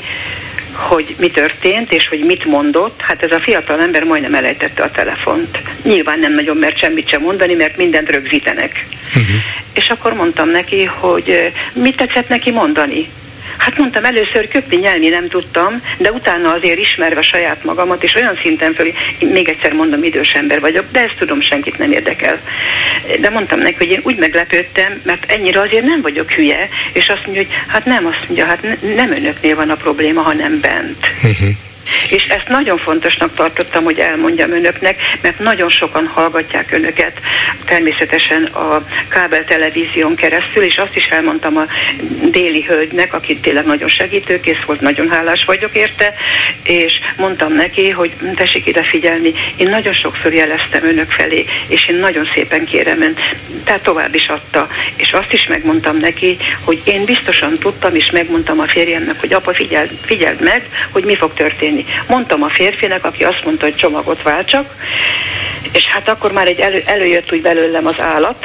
hogy mi történt, és hogy mit mondott. Hát ez a fiatal ember majdnem elejtette a telefont. Nyilván nem nagyon mert semmit sem mondani, mert mindent rögzítenek. És akkor mondtam neki, hogy mit tetszett neki mondani. Hát mondtam, először köpni, nyelni nem tudtam, de utána azért ismerve saját magamat, és olyan szinten föl, még egyszer mondom, idős ember vagyok, de ezt tudom, senkit nem érdekel. De mondtam neki, hogy én úgy meglepődtem, mert ennyire azért nem vagyok hülye, és azt mondja, hogy hát nem, azt mondja, hát nem önöknél van a probléma, hanem bent. És ezt nagyon fontosnak tartottam, hogy elmondjam önöknek, mert nagyon sokan hallgatják önöket, természetesen a kábel televízión keresztül, és azt is elmondtam a déli hölgynek, aki tényleg nagyon segítőkész volt, nagyon hálás vagyok érte, és mondtam neki, hogy tessék ide figyelni, én nagyon sokszor jeleztem önök felé, és én nagyon szépen kérem ön, tehát tovább is adta, és azt is megmondtam neki, hogy én biztosan tudtam, és megmondtam a férjemnek, hogy apa, figyeld meg, hogy mi fog történni. Mondtam a férfinek, aki azt mondta, hogy csomagot váltsak, és hát akkor már előjött úgy belőlem az állat,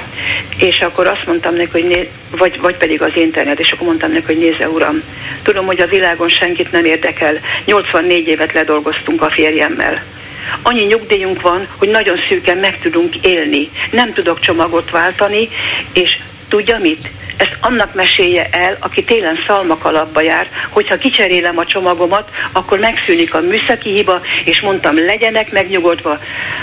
és akkor azt mondtam neki, hogy vagy pedig az internet, és akkor mondtam neki, hogy nézze uram, tudom, hogy a világon senkit nem érdekel, 84 évet ledolgoztunk a férjemmel. Annyi nyugdíjunk van, hogy nagyon szűken meg tudunk élni. Nem tudok csomagot váltani, és tudja mit? Ezt annak mesélje el, aki télen szalmakalapba jár, hogyha kicserélem a csomagomat, akkor megszűnik a műszaki hiba, és mondtam, legyenek megnyugodva.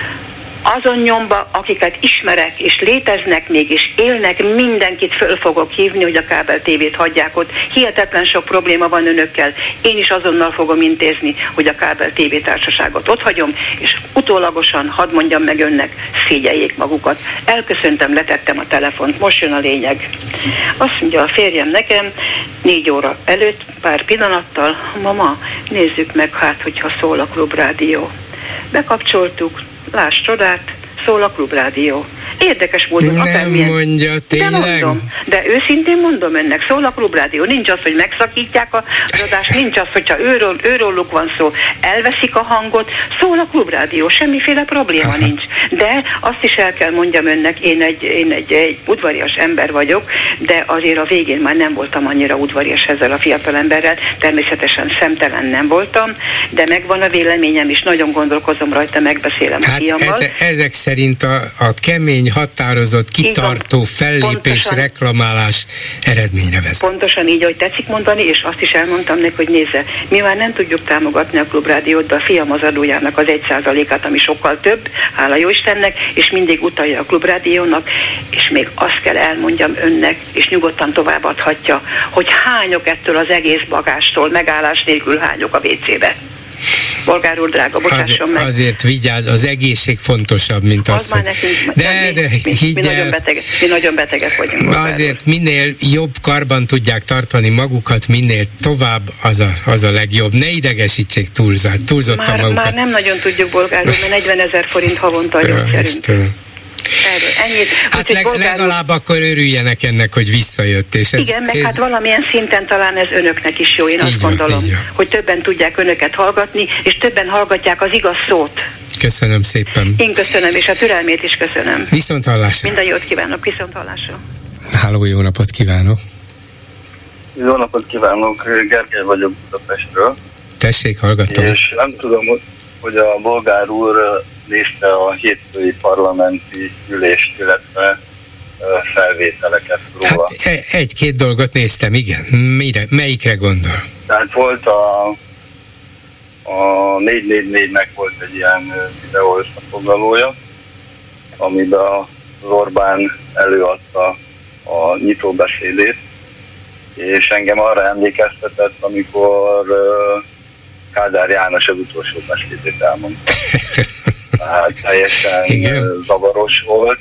Azon nyomba, akiket ismerek, és léteznek még, és élnek, mindenkit föl fogok hívni, hogy a kábel tévét hagyják ott. Hihetetlen sok probléma van önökkel. Én is azonnal fogom intézni, hogy a kábel tévé társaságot ott hagyom, és utólagosan hadd mondjam meg önnek, szégyeljék magukat. Elköszöntem, letettem a telefont, most jön a lényeg. Azt mondja a férjem nekem, 4 óra előtt, pár pillanattal, mama, nézzük meg hát, hogyha szól a Klubrádió. Bekapcsoltuk, láss csodát, szól a Klubrádió. Érdekes módon akármilyen. Nem mondja, tényleg? De őszintén mondom önnek, szól a Klubrádió. Nincs az, hogy megszakítják az adást, nincs az, hogyha őróluk van szó, elveszik a hangot, szól a Klubrádió, semmiféle probléma nincs. De azt is el kell mondjam önnek, én egy udvarias ember vagyok, de azért a végén már nem voltam annyira udvarias ezzel a fiatalemberrel, természetesen szemtelen nem voltam, de megvan a véleményem, és nagyon gondolkozom rajta, megbeszélem a fiammal. Ezek szerint a kemény, határozott, kitartó fellépés, pontosan, reklamálás eredményre vezet. Pontosan így, hogy tetszik mondani, és azt is elmondtam neki, hogy nézze, mi már nem tudjuk támogatni a Klubrádiót, de a fiam az adójának az 1%-át, ami sokkal több, hála jó Istennek, és mindig utalja a Klubrádiónak, és még azt kell elmondjam önnek, és nyugodtan továbbadhatja, hogy hányok ettől az egész bagástól, megállás nélkül hányok a WC-be. Bolgár úr drága, bocsásson meg. Azért vigyázz, az egészség fontosabb, mint az, már nekünk, mi nagyon betegek vagyunk. Azért minél jobb karban tudják tartani magukat, minél tovább, az a legjobb. Ne idegesítsék túlzottan magukat. Már nem nagyon tudjuk, Bolgár úr, mert 40 000 forint havonta a gyógyszerünk. Legalább akkor örüljenek ennek, hogy visszajött. És igen, meg hát valamilyen szinten talán ez önöknek is jó, én azt gondolom, hogy többen tudják önöket hallgatni, és többen hallgatják az igaz szót. Köszönöm szépen. Én köszönöm, és a türelmét is köszönöm. Viszont hallásra. Minden jót kívánok, viszont hallásra. Háló, jó napot kívánok. Jó napot kívánok, Gergely vagyok Budapestről. Tessék, hallgatom. És nem tudom, hogy a bolgár úr nézte a hétfői parlamenti ülést, illetve felvételeket róla. Hát egy-két dolgot néztem, igen. Melyikre gondol? Tehát volt a 444-nek volt egy ilyen videó összefoglalója, amiben az Orbán előadta a nyitóbeszédét, és engem arra emlékeztetett, amikor Kádár János az utolsó beszédét elmondta. Tehát teljesen zavaros volt,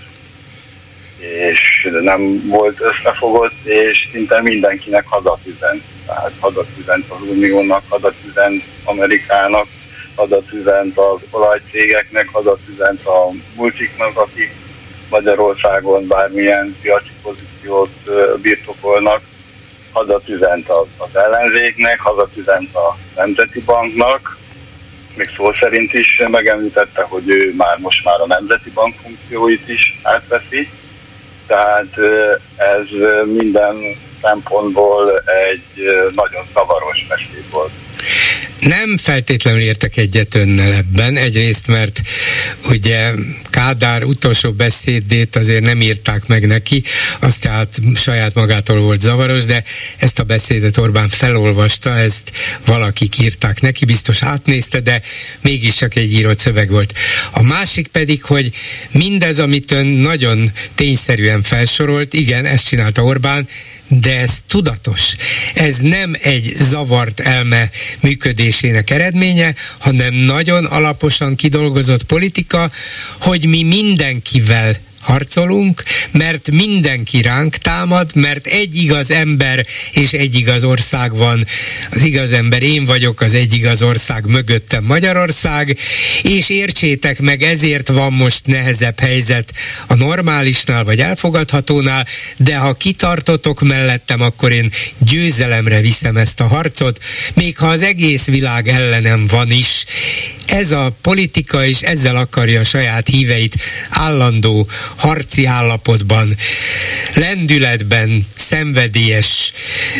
és nem volt összefogott, és szinte mindenkinek hadat üzent. Tehát hadat üzent az Uniónak, hadat üzent Amerikának, hadat üzent az olajcégeknek, hadat üzent a multiknak, akik Magyarországon bármilyen piaci pozíciót birtokolnak, hadat üzent az ellenzéknek, hadat üzent a Nemzeti Banknak, még szó szerint is megemlítette, hogy ő most már a Nemzeti Bank funkcióit is átveszi, tehát ez minden szempontból egy nagyon zavaros beszéd volt. Nem feltétlenül értek egyet önnel ebben, egyrészt, mert ugye Kádár utolsó beszédét azért nem írták meg neki, az tehát saját magától volt zavaros, de ezt a beszédet Orbán felolvasta, ezt valakik írták neki, biztos átnézte, de mégiscsak egy írott szöveg volt. A másik pedig, hogy mindez, amit ön nagyon tényszerűen felsorolt, igen, ezt csinálta Orbán, de ez tudatos. Ez nem egy zavart elme működésének eredménye, hanem nagyon alaposan kidolgozott politika, hogy mi mindenkivel harcolunk, mert mindenki ránk támad, mert egy igaz ember és egy igaz ország van. Az igaz ember én vagyok, az egy igaz ország mögöttem Magyarország, és értsétek meg, ezért van most nehezebb helyzet a normálisnál vagy elfogadhatónál, de ha kitartotok mellettem, akkor én győzelemre viszem ezt a harcot, még ha az egész világ ellenem van is. Ez a politika, és ezzel akarja a saját híveit állandó harci állapotban, lendületben, szenvedélyes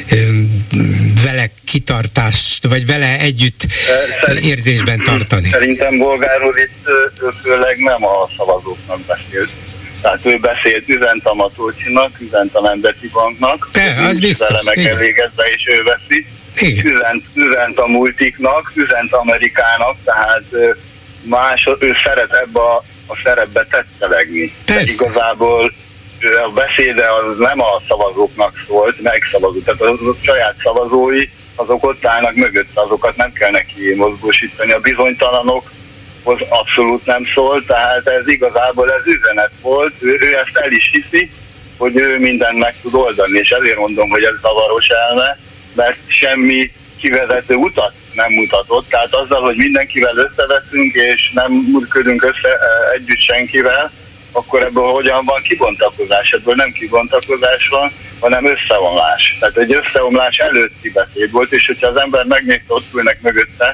vele kitartást, vagy vele együtt érzésben tartani. Szerintem bolgár úr itt főleg nem a szavazóknak beszélt. Tehát ő beszélt, üzent a Matolcsinak, üzent a Nemzeti Banknak, az biztos, megelégedve, és ő veszi. Üzent a multiknak, üzent Amerikának, tehát ő szeret ebbe a szerepbe tetszelegni. Igazából a beszéde az nem a szavazóknak szólt, megszavazó. Tehát a saját szavazói, azok ott állnak mögött, azokat nem kell neki mozgósítani. A bizonytalanokhoz abszolút nem szól, tehát ez igazából ez üzenet volt. Ő ezt el is hiszi, hogy ő mindent meg tud oldani, és ezért mondom, hogy ez zavaros elme, mert semmi kivezető utat nem mutatott, tehát azzal, hogy mindenkivel összeveszünk, és nem működünk össze együtt senkivel, akkor ebből hogyan van kibontakozás? Ebből nem kibontakozás van, hanem összeomlás. Tehát egy összeomlás előtti beszéd volt, és hogyha az ember megnézte, ott ülnek mögötte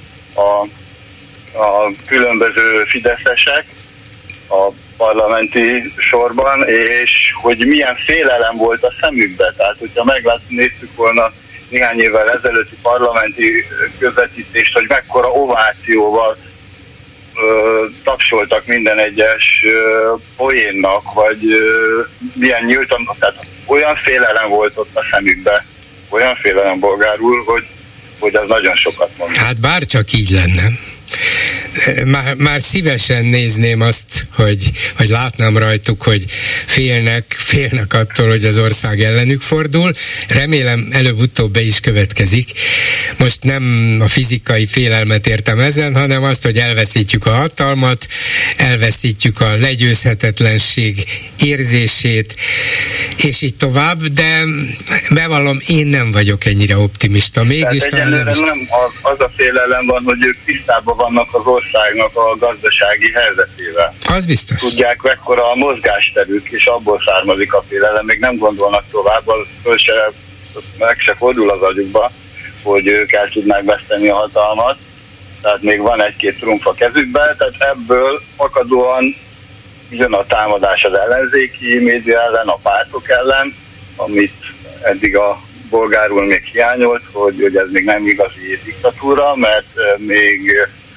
a különböző fideszesek a parlamenti sorban, és hogy milyen félelem volt a szemükbe. Tehát, hogyha néztük volna néhány évvel ezelőtti parlamenti közvetítést, hogy mekkora ovációval tapsoltak minden egyes poénnak, vagy milyen nyíltan, tehát olyan félelem volt ott a szemükbe, olyan félelem, bolgár úr, hogy az nagyon sokat mond. Hát bárcsak így lenne. már szívesen nézném azt, hogy látnám rajtuk, hogy félnek attól, hogy az ország ellenük fordul. Remélem előbb-utóbb be is következik. Most nem a fizikai félelmet értem ezen, hanem azt, hogy elveszítjük a hatalmat, elveszítjük a legyőzhetetlenség érzését, és így tovább, de bevallom, én nem vagyok ennyire optimista. Mégis talán nem az a félelem van, hogy ők tisztában vannak az országnak a gazdasági helyzetével. Az biztos. Tudják, mekkora a mozgásterük, és abból származik a félelem. Még nem gondolnak tovább, meg se fordul az agyukba, hogy ők el tudnák veszteni a hatalmat. Tehát még van egy-két trumf a kezükben, tehát ebből fakadóan jön a támadás az ellenzéki média ellen, a pártok ellen, amit eddig a bolgárul még hiányolt, hogy ez még nem igazi diktatúra, mert még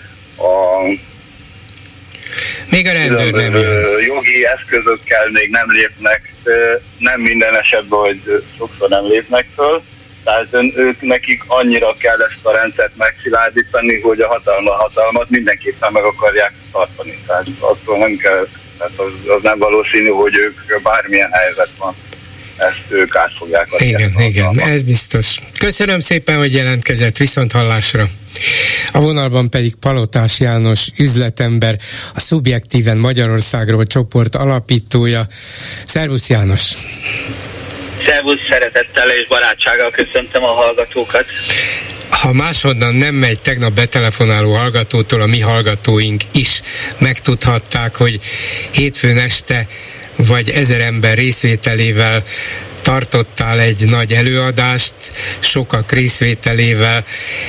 a rendőr nem jön. Jogi eszközökkel még nem lépnek, nem minden esetben, hogy sokszor nem lépnek föl, tehát nekik annyira kell ezt a rendszert megszilárdítani, hogy a hatalmat mindenképpen meg akarják tartani. Tehát attól nem kell, tehát az nem valószínű, hogy ők bármilyen helyzet van, ezt ők át fogják adni. Igen, ez biztos. Köszönöm szépen, hogy jelentkezett, viszont hallásra. A vonalban pedig Palotás János üzletember, a Szubjektíven Magyarországról csoport alapítója. Szervusz János! Szervusz, szeretettel és barátsággal köszöntöm a hallgatókat. Ha máshonnan nem megy, tegnap betelefonáló hallgatótól a mi hallgatóink is megtudhatták, hogy hétfőn este vagy 1000 ember részvételével tartottál egy nagy előadást, sokak részvételével,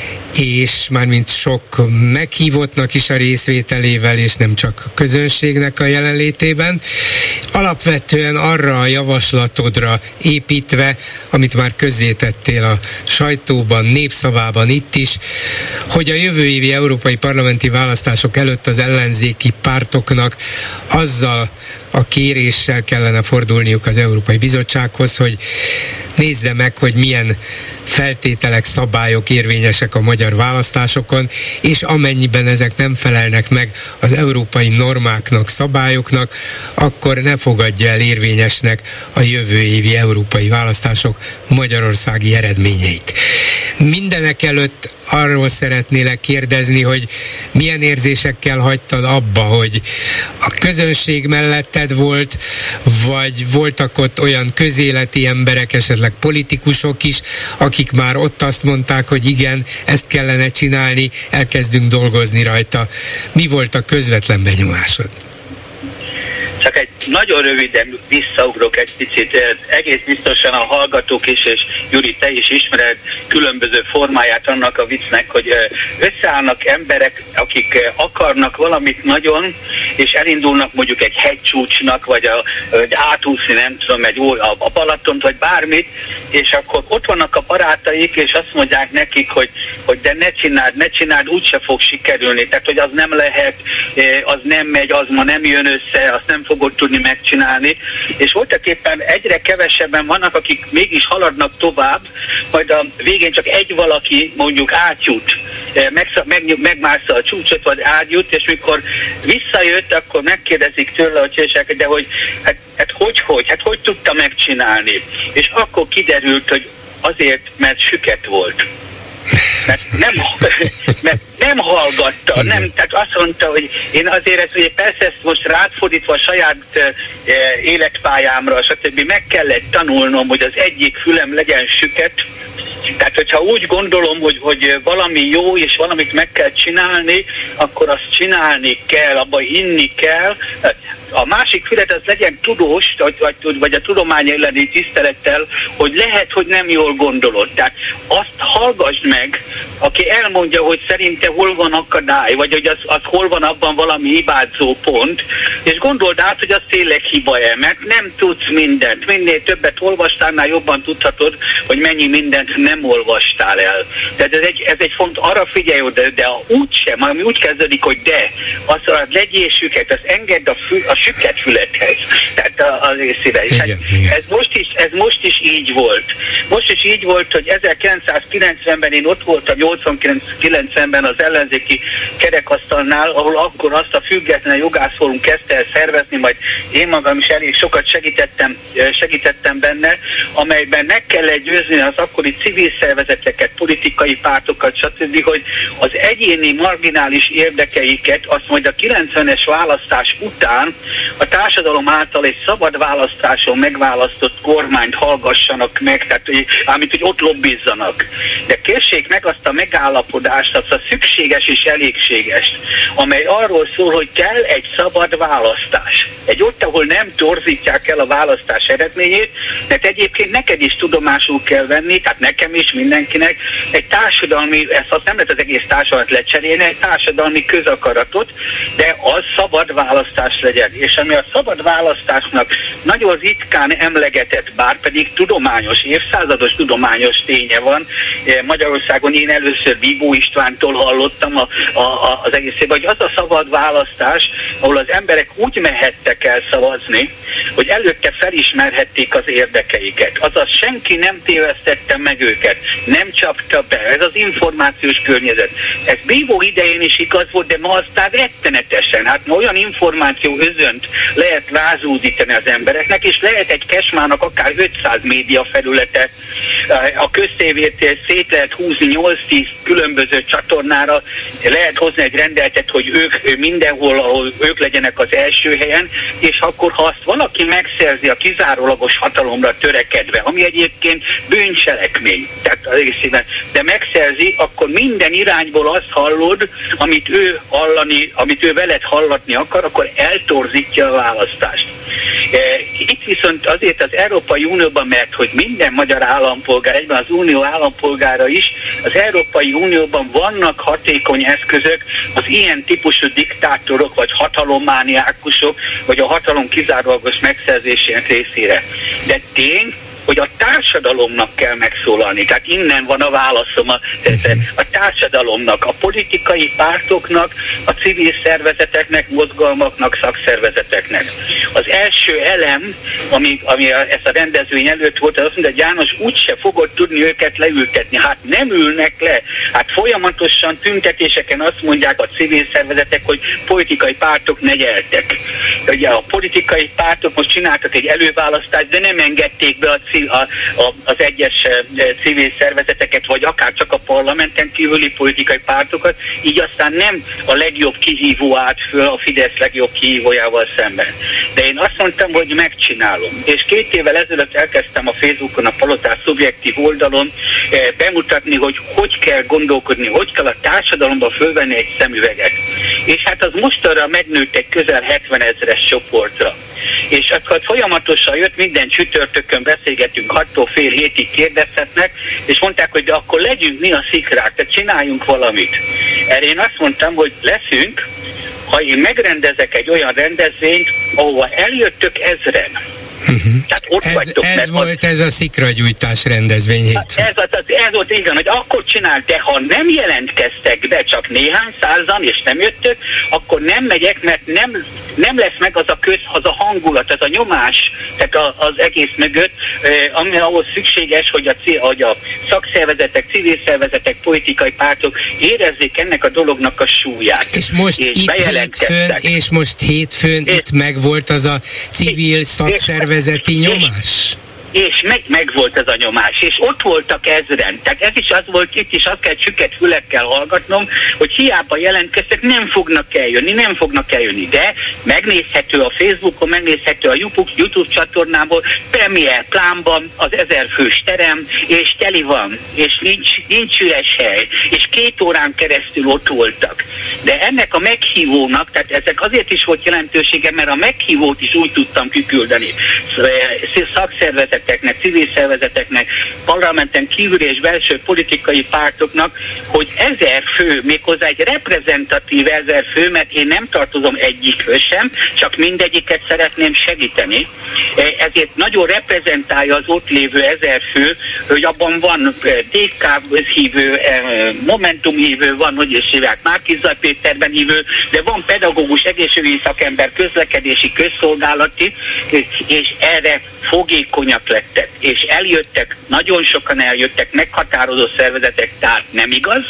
és mármint sok meghívottnak is a részvételével, és nem csak a közönségnek a jelenlétében. Alapvetően arra a javaslatodra építve, amit már közzétettél a sajtóban, Népszavában, itt is, hogy a jövő évi európai parlamenti választások előtt az ellenzéki pártoknak azzal a kéréssel kellene fordulniuk az Európai Bizottsághoz, hogy nézze meg, hogy milyen feltételek, szabályok érvényesek a magyar választásokon, és amennyiben ezek nem felelnek meg az európai normáknak, szabályoknak, akkor ne fogadja el érvényesnek a jövő évi európai választások magyarországi eredményeit. Mindenek előtt arról szeretnélek kérdezni, hogy milyen érzésekkel hagytad abba, hogy a közönség melletted volt, vagy voltak ott olyan közéleti emberek, esetleg politikusok is, akik már ott azt mondták, hogy igen, ezt kellene csinálni, elkezdünk dolgozni rajta. Mi volt a közvetlen benyomásod? Csak egy nagyon röviden visszaugrok egy picit, egész biztosan a hallgatók is, és Gyuri, te is ismered különböző formáját annak a viccnek, hogy összeállnak emberek, akik akarnak valamit nagyon, és elindulnak mondjuk egy hegycsúcsnak, vagy átúszni, nem tudom, a Balatont, vagy bármit, és akkor ott vannak a barátaik, és azt mondják nekik, hogy de ne csináld, úgyse fog sikerülni, tehát hogy az nem lehet, az nem megy, az ma nem jön össze, azt nem fogod tudni megcsinálni, és voltak éppen egyre kevesebben vannak, akik mégis haladnak tovább, majd a végén csak egy valaki mondjuk átjut, megmássza a csúcsot, vagy átjut, és mikor visszajött, akkor megkérdezik tőle, hogy hogy tudta megcsinálni. És akkor kiderült, hogy azért, mert süket volt. Mert nem hallgatta, tehát azt mondta, hogy én azért hogy persze ezt most rátfordítva a saját életpályámra, stb. Meg kellett tanulnom, hogy az egyik fülem legyen süket. Tehát, hogyha úgy gondolom, hogy valami jó, és valamit meg kell csinálni, akkor azt csinálni kell, abba hinni kell. A másik fület az legyen tudós, vagy a tudomány elleni tisztelettel, hogy lehet, hogy nem jól gondolod. Tehát azt hallgass meg, aki elmondja, hogy szerinte hol van akadály, vagy hogy az hol van abban valami hibázó pont, és gondold át, hogy az tényleg hiba-e, mert nem tudsz mindent. Minél többet olvastál, annál jobban tudhatod, hogy mennyi mindent nem olvastál el. Tehát ez egy font, arra figyelj, de úgysem, ami úgy kezdődik, hogy de, azt legyél süket, azt engedd a süket fülethez. Tehát az részére. Ez most is így volt. Most is így volt, hogy 1990-ben én ott voltam, 89-ben az ellenzéki kerekasztalnál, ahol akkor azt a független jogászfórum kezdte el szervezni, majd én magam is elég sokat segítettem benne, amelyben meg kellett győzni az akkori civil szervezeteket, politikai pártokat, stb., hogy az egyéni marginális érdekeiket azt majd a 90-es választás után a társadalom által egy szabad választáson megválasztott kormányt hallgassanak meg, tehát hogy ott lobbizzanak. De kérsék meg azt a megállapodást, azt a szükséges és elégségest, amely arról szól, hogy kell egy szabad választás. Egy ott, ahol nem torzítják el a választás eredményét, mert egyébként neked is tudomásul kell venni, tehát nekem is, mindenkinek, egy társadalmi, ezt nem lehet az egész társadalmat lecserélni, egy társadalmi közakaratot, de az szabad választás legyen. És ami a szabad választásnak nagyon ritkán emlegetett, bár pedig tudományos, évszázados tudományos ténye van. Magyarországon én először Bíbó Istvántól hallottam az egészében, hogy az a szabad választás, ahol az emberek úgy mehettek el szavazni, hogy előtte felismerhették az érdekeiket. Azaz senki nem tévesztette meg őket, nem csapta be. Ez az információs környezet. Ez Bíbó idején is igaz volt, de ma aztán rettenetesen. Hát ma olyan információ özönt lehet rázúdítani az embereknek, és lehet egy Kesmának akár 500 média felülete. A köztévét szét lehet húzni 8-10 különböző csatornára, lehet hozni egy rendeletet, hogy ők mindenhol, ahol ők legyenek az első helyen, és akkor ha azt valaki megszerzi a kizárólagos hatalomra törekedve, ami egyébként bűncselekmény, tehát az egészében, de megszerzi, akkor minden irányból azt hallod, amit ő veled hallatni akar, akkor eltorzítja a választást. Itt viszont azért az Európai Unióban, mert hogy minden magyar állampolgár, egyben az Unió állampolgára is, az Európai Unióban vannak hatékony eszközök az ilyen típusú diktátorok, vagy hatalommániákusok, vagy a hatalom kizárólagos megszerzésének részére. De tény, hogy a társadalomnak kell megszólalni. Tehát innen van a válaszom a társadalomnak, a politikai pártoknak, a civil szervezeteknek, mozgalmaknak, szakszervezeteknek. Az első elem, ami ezt a rendezvény előtt volt, az azt mondja, hogy János úgyse fogod tudni őket leültetni. Hát nem ülnek le. Hát folyamatosan tüntetéseken azt mondják a civil szervezetek, hogy politikai pártok ne gyertek. Ugye a politikai pártok most csináltak egy előválasztást, de nem engedték be az egyes civil szervezeteket, vagy akár csak a parlamenten kívüli politikai pártokat, így aztán nem a legjobb kihívó állt föl a Fidesz legjobb kihívójával szemben. De én azt mondtam, hogy megcsinálom. És 2 évvel ezelőtt elkezdtem a Facebookon, a Palotás szubjektív oldalon bemutatni, hogy kell gondolkodni, hogy kell a társadalomba fölvenni egy szemüveget. És hát az mostanra megnőtt egy közel 70 000-es csoportra. És akkor folyamatosan jött, minden csütörtökön beszélgetünk, 6-tól fél hétig kérdezhetnek, és mondták, hogy de akkor legyünk mi a szikrák, tehát csináljunk valamit. Erre én azt mondtam, hogy leszünk, ha én megrendezek egy olyan rendezvényt, ahova eljöttök 1000-en. Tehát ott ez volt ez a szikragyújtás rendezvény hétfőn. Ez volt igen, hogy akkor csinált, de ha nem jelentkeztek be, csak néhány százan, és nem jöttök, akkor nem megyek, mert nem lesz meg az a hangulat, az a nyomás, tehát az egész mögött, ami ahhoz szükséges, hogy a szakszervezetek, civil szervezetek, politikai pártok érezzék ennek a dolognak a súlyát. És most hétfőn itt megvolt az a civil szakszervezeti nyomás? És meg volt ez a nyomás, és ott voltak 1000-en. Tehát ez is az volt, itt is azt kell süket fülekkel hallgatnom, hogy hiába jelentkeztek, nem fognak eljönni, de megnézhető a Facebookon, megnézhető a YouTube csatornából, Premier plánban az 1000 fős terem, és teli van, és nincs üres hely, és 2 órán keresztül ott voltak. De ennek a meghívónak, tehát ezek azért is volt jelentősége, mert a meghívót is úgy tudtam kiküldeni szakszervezeteknek, civil szervezeteknek, parlamenten kívüli és belső politikai pártoknak, hogy 1000 fő, méghozzá egy reprezentatív 1000 fő, mert én nem tartozom egyikről sem, csak mindegyiket szeretném segíteni. Ezért nagyon reprezentálja az ott lévő 1000 fő, hogy abban van DK hívő, Momentum hívő, van, hogy is hívják, Márki-Zaj étterben hívő, de van pedagógus, egészségügyi szakember, közlekedési, közszolgálati, és erre fogékonyak lettek, és eljöttek, nagyon sokan eljöttek, meghatározó szervezetek, tehát nem igaz.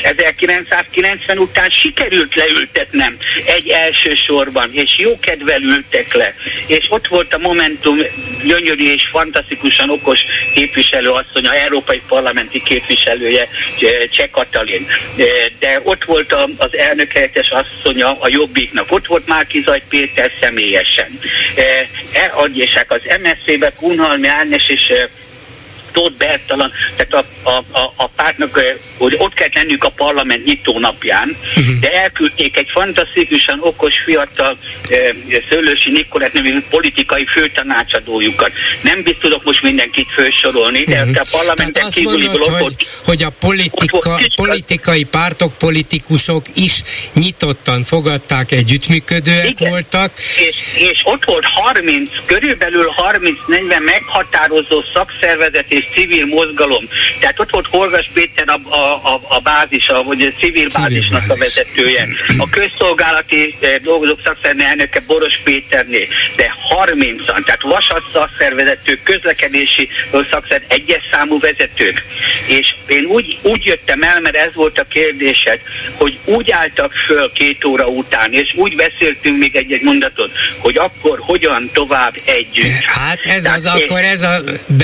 1990 után sikerült leültetnem egy első sorban, és jókedvel ültek le, és ott volt a Momentum gyönyörű és fantasztikusan okos képviselő asszony, a európai parlamenti képviselője, Cseh Katalin, de ott volt az elnökhelyettes asszonya a Jobbiknak, ott volt Márki-Zay Péter személyesen, és az MSZP-be Kunhalmi Ágnes és Tóth Bertalan, tehát a pártnak, hogy ott kell lennünk a parlament nyitó napján, de elküldték egy fantasztikusan okos fiatal Szőlősi Nikolett nevű politikai főtanácsadójukat. Nem tudok most mindenkit felsorolni, de a parlamenten kívüliből ott volt. Hogy a politikai pártok, politikusok is nyitottan fogadták, együttműködőek igen, voltak. És ott volt körülbelül 30-40 meghatározó szakszervezet és civil mozgalom. Tehát ott volt Horgas Péter a bázis, vagy a civil bázisnak a vezetője. A közszolgálati dolgozók szakszervezet elnöke Boros Péterné, de 30-an, tehát vasas szakszervezetők, közlekedési szakszervezet, egyes számú vezetők. És én úgy jöttem el, mert ez volt a kérdésed, hogy úgy álltak föl 2 óra után, és úgy beszéltünk még egy mondatot, hogy akkor hogyan tovább együtt. Hát akkor ez a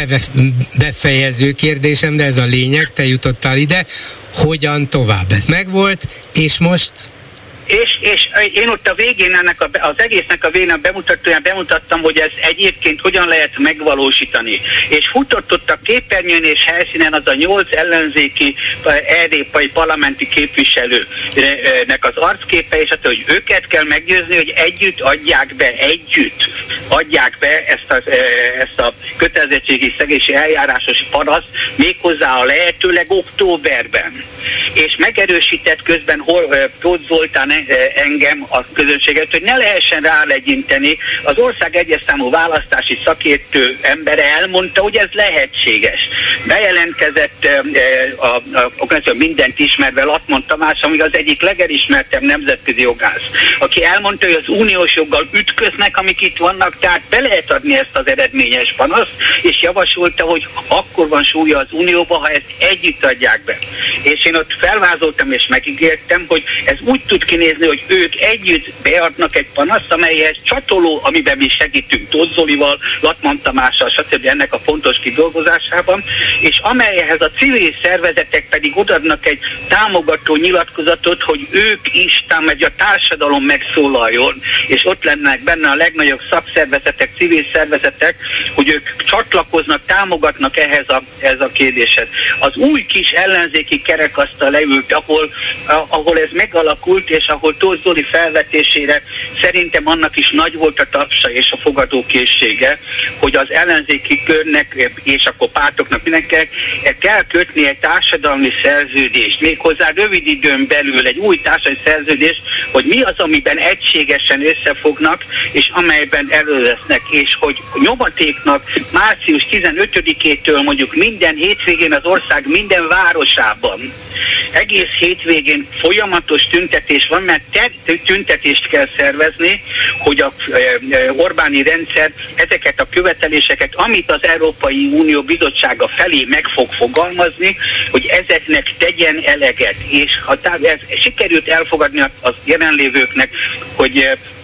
befejező kérdésem, de ez a lényeg, te jutottál ide, hogyan tovább? Ez megvolt, és most? És én ott a végén az egésznek a végén bemutattam, hogy ez egyébként hogyan lehet megvalósítani. És futott ott a képernyőn és helyszínen az a 8 ellenzéki európai parlamenti képviselőnek az arcképe, és azt, hogy őket kell meggyőzni, hogy együtt adják be ezt a kötelezettségi szegési eljárásos panaszt méghozzá a lehetőleg októberben. És megerősített közben Tóth Zoltán engem, a közönséget, hogy ne lehessen rálegyinteni. Az ország egyes számú választási szakértő embere elmondta, hogy ez lehetséges. Bejelentkezett a mindent ismerve Latman Tamás, ami az egyik legelismertebb nemzetközi jogász, aki elmondta, hogy az uniós joggal ütköznek, amik itt vannak, tehát be lehet adni ezt az eredményes panaszt, és javasolta, hogy akkor van súlya az unióba, ha ezt együtt adják be. És én ott felvázoltam és megígértem, hogy ez úgy tud kinézni, hogy ők együtt beadnak egy panaszt, amelyhez csatoló, amiben mi segítünk Tóth Zolival, Latman Tamással, stb. Ennek a fontos kidolgozásában, és amelyhez a civil szervezetek pedig odaadnak egy támogató nyilatkozatot, hogy ők is hogy a társadalom megszólaljon, és ott lennek benne a legnagyobb szakszervezetek, civil szervezetek, hogy ők csatlakoznak, támogatnak ehhez a kérdéshez. Az új kis ellenzéki kerekasztal leült, ahol ez megalakult, és ahol Tóth Zoli felvetésére szerintem annak is nagy volt a tapsa és a fogadókészsége, hogy az ellenzéki körnek és akkor pártoknak mindenkinek kell kötni egy társadalmi szerződést, méghozzá rövid időn belül egy új társadalmi szerződést, hogy mi az, amiben egységesen összefognak, és amelyben előlesznek, és hogy nyomatéknak március 15-től mondjuk minden hétvégén az ország minden városában egész hétvégén folyamatos tüntetés van, mert tüntetést kell szervezni, hogy a Orbáni rendszer ezeket a követeléseket, amit az Európai Unió Bizottsága felé meg fog fogalmazni, hogy ezeknek tegyen eleget. És ha ez sikerült elfogadni az jelenlévőknek, hogy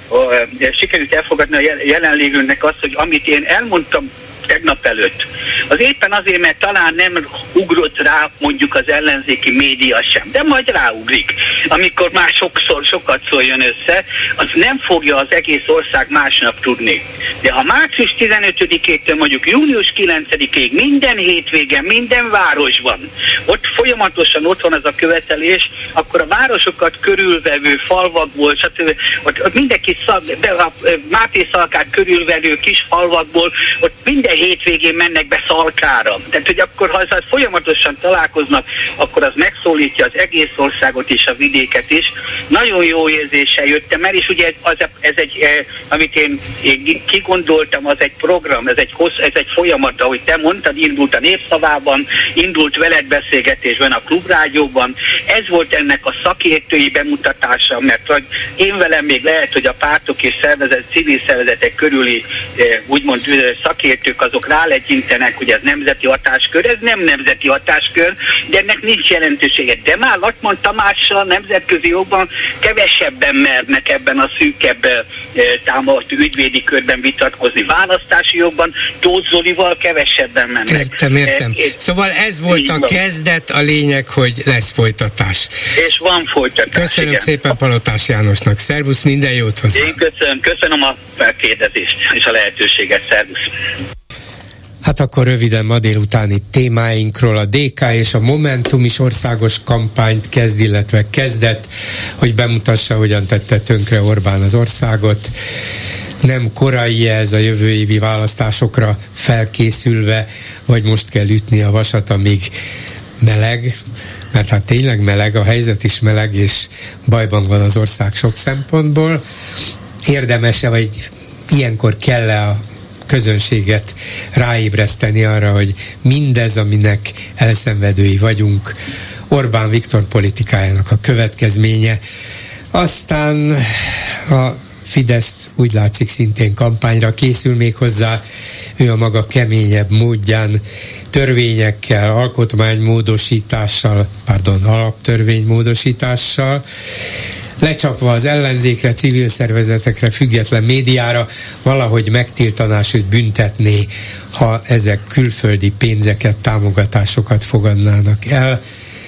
sikerült elfogadni a jelenlévőnek azt, hogy amit én elmondtam tegnap előtt, az éppen azért, mert talán nem ugrott rá mondjuk az ellenzéki média sem, de majd ráugrik, amikor már sokat szóljon össze, az nem fogja az egész ország másnap tudni. De ha március 15-től mondjuk június 9-ig minden hétvégen, minden városban, ott folyamatosan ott van az a követelés, akkor a városokat körülvevő falvakból, stb. Ott mindenki Máté Szalkát körülvevő kis falvakból, ott minden hétvégén mennek be Szalkára. Tehát, hogy akkor, ha ezzel folyamatosan találkoznak, akkor az megszólítja az egész országot és a vidéket is. Nagyon jó érzéssel jöttem el, és ugye ez egy, amit én kigondoltam, az egy program, ez egy folyamat, ahogy te mondtad, indult a Népszavában, indult veled beszélgetésben a Klubrádióban. Ez volt ennek a szakértői bemutatása, mert hogy én velem még lehet, hogy a pártok és civil szervezetek körüli úgymond szakértők azok rálegyintenek, hogy ez nemzeti hatáskör, ez nem nemzeti hatáskör, de ennek nincs jelentősége. De már Latman Tamással nemzetközi jogban kevesebben mernek ebben a szűkebb támogató ügyvédi körben vitatkozni. Választási jogban Tóth Zolival kevesebben mennek. Értem. Szóval ez volt a kezdet, a lényeg, hogy lesz folytatás. És van folytatás. Köszönöm szépen Palotás Jánosnak. Szervusz, minden jót hozzá. Én köszönöm a felkérdezést és a lehetőséget. Szervusz. Hát akkor röviden ma délutáni témáinkról. A DK és a Momentum is országos kampányt kezd, illetve kezdett, hogy bemutassa, hogyan tette tönkre Orbán az országot. Nem korai ez a jövő évi választásokra felkészülve, vagy most kell ütni a vasat, amíg meleg, mert hát tényleg meleg, a helyzet is meleg, és bajban van az ország sok szempontból. Érdemese, vagy ilyenkor kell-e a közönséget ráébreszteni arra, hogy mindez, aminek elszenvedői vagyunk, Orbán Viktor politikájának a következménye. Aztán a Fidesz úgy látszik szintén kampányra készül még hozzá, ő a maga keményebb módján törvényekkel, alaptörvénymódosítással, lecsapva az ellenzékre, civil szervezetekre, független médiára, valahogy megtiltaná, sőt büntetné, ha ezek külföldi pénzeket, támogatásokat fogadnának el.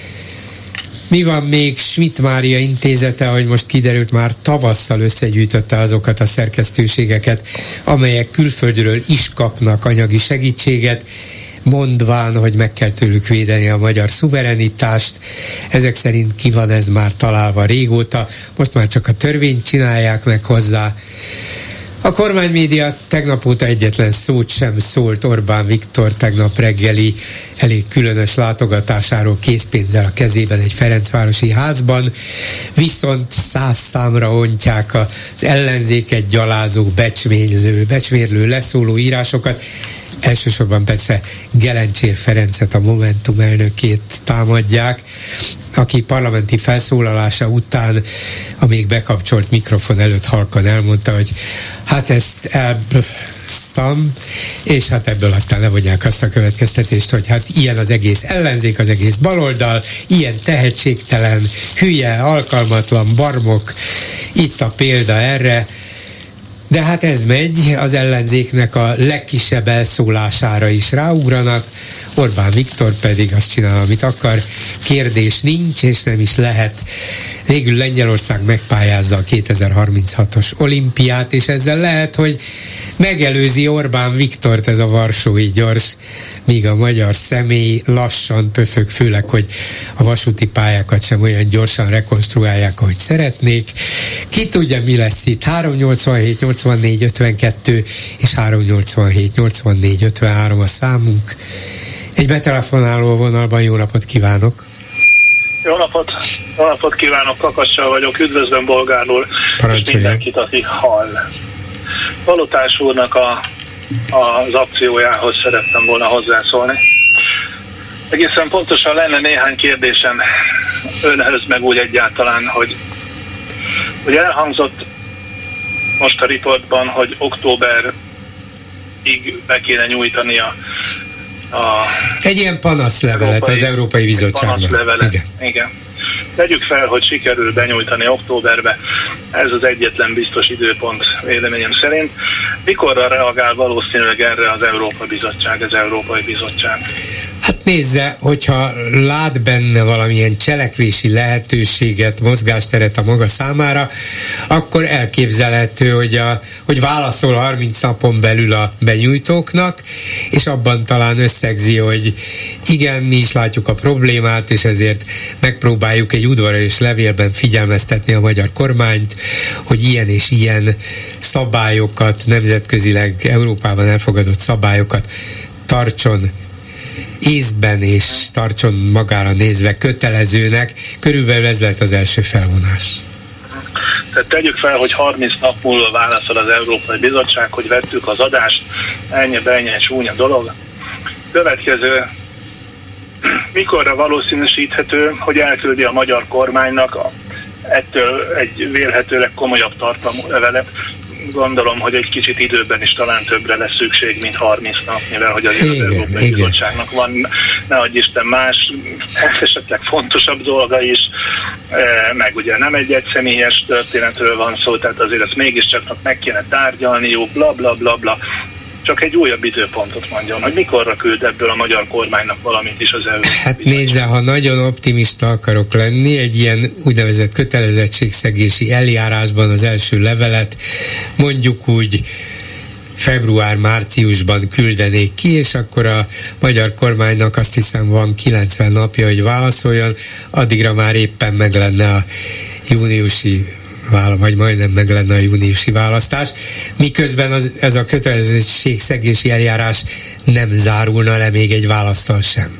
Mi van még? Schmidt Mária intézete, ahogy most kiderült, már tavasszal összegyűjtötte azokat a szerkesztőségeket, amelyek külföldről is kapnak anyagi segítséget, mondván, hogy meg kell tőlük védeni a magyar szuverenitást. Ezek szerint ki van ez már találva régóta, most már csak a törvényt csinálják meg hozzá. A kormánymédia tegnap óta egyetlen szót sem szólt Orbán Viktor tegnap reggeli elég különös látogatásáról készpénzzel a kezében egy ferencvárosi házban, viszont 100 számra ontják az ellenzéket gyalázó, becsmérlő, leszóló írásokat. Elsősorban persze Gelencsér Ferencet, a Momentum elnökét támadják, aki parlamenti felszólalása után a még bekapcsolt mikrofon előtt halkan elmondta, hogy hát ezt elbasztam, és hát ebből aztán levonják azt a következtetést, hogy hát ilyen az egész ellenzék, az egész baloldal, ilyen tehetségtelen, hülye, alkalmatlan, barmok, itt a példa erre. De hát ez megy, az ellenzéknek a legkisebb elszólására is ráugranak, Orbán Viktor pedig azt csinál, amit akar, kérdés nincs, és nem is lehet. Végül Lengyelország megpályázza a 2036-os olimpiát, és ezzel lehet, hogy megelőzi Orbán Viktort ez a varsói gyors, míg a magyar személy lassan pöfög, főleg, hogy a vasúti pályákat sem olyan gyorsan rekonstruálják, ahogy szeretnék. Ki tudja, mi lesz itt? 387 84 52 és 387 84 53 a számunk. Egy betelefonáló vonalban, jó napot kívánok! Jó napot kívánok, Kakassal vagyok, üdvözlöm Bolgár úr, és mindenkit, aki hall. Palotás úrnak az akciójához szerettem volna hozzászólni. Egészen pontosan lenne néhány kérdésem önhöz, meg úgy egyáltalán, hogy elhangzott most a riportban, hogy októberig be kéne nyújtani egy ilyen panaszlevelet az Európai Bizottságnak. Igen. Vegyük fel, hogy sikerül benyújtani októberbe. Ez az egyetlen biztos időpont véleményem szerint. Mikorra reagál valószínűleg erre az Európai Bizottság? Hát nézze, hogyha lát benne valamilyen cselekvési lehetőséget, mozgásteret a maga számára, akkor elképzelhető, hogy válaszol 30 napon belül a benyújtóknak, és abban talán összegzi, hogy igen, mi is látjuk a problémát, és ezért megpróbáljuk egy udvarias levélben figyelmeztetni a magyar kormányt, hogy ilyen és ilyen szabályokat, nemzetközileg Európában elfogadott szabályokat tartson észben és tartson magára nézve kötelezőnek. Körülbelül ez lehet az első felvonás. Tehát tegyük fel, hogy 30 nap múlva válaszol az Európai Bizottság, hogy vettük az adást, ennyi csúnya dolog. Következő, mikorra valószínűsíthető, hogy elküldi a magyar kormánynak ettől egy vélhetőleg komolyabb tartalmú levelet? Gondolom, hogy egy kicsit időben is talán többre lesz szükség, mint 30 nap, mivel hogy az Európai Bizottságnak van, ne adj Isten, más, esetleg fontosabb dolga is, meg ugye nem egy egyszemélyes történetről van szó, tehát azért ezt mégiscsak meg kéne tárgyalniuk, bla bla bla bla. Csak egy újabb időpontot mondjon, hogy mikorra küld ebből a magyar kormánynak valamit is az Európai Hát nézze, ha nagyon optimista akarok lenni, egy ilyen úgynevezett kötelezettségszegési eljárásban az első levelet mondjuk úgy február-márciusban küldenék ki, és akkor a magyar kormánynak azt hiszem van 90 napja, hogy válaszoljon, addigra már éppen meg lenne a júniusi vagy majdnem meg lenne a júniusi választás, miközben ez a kötelezettségszegési eljárás nem zárulna le még egy választal sem.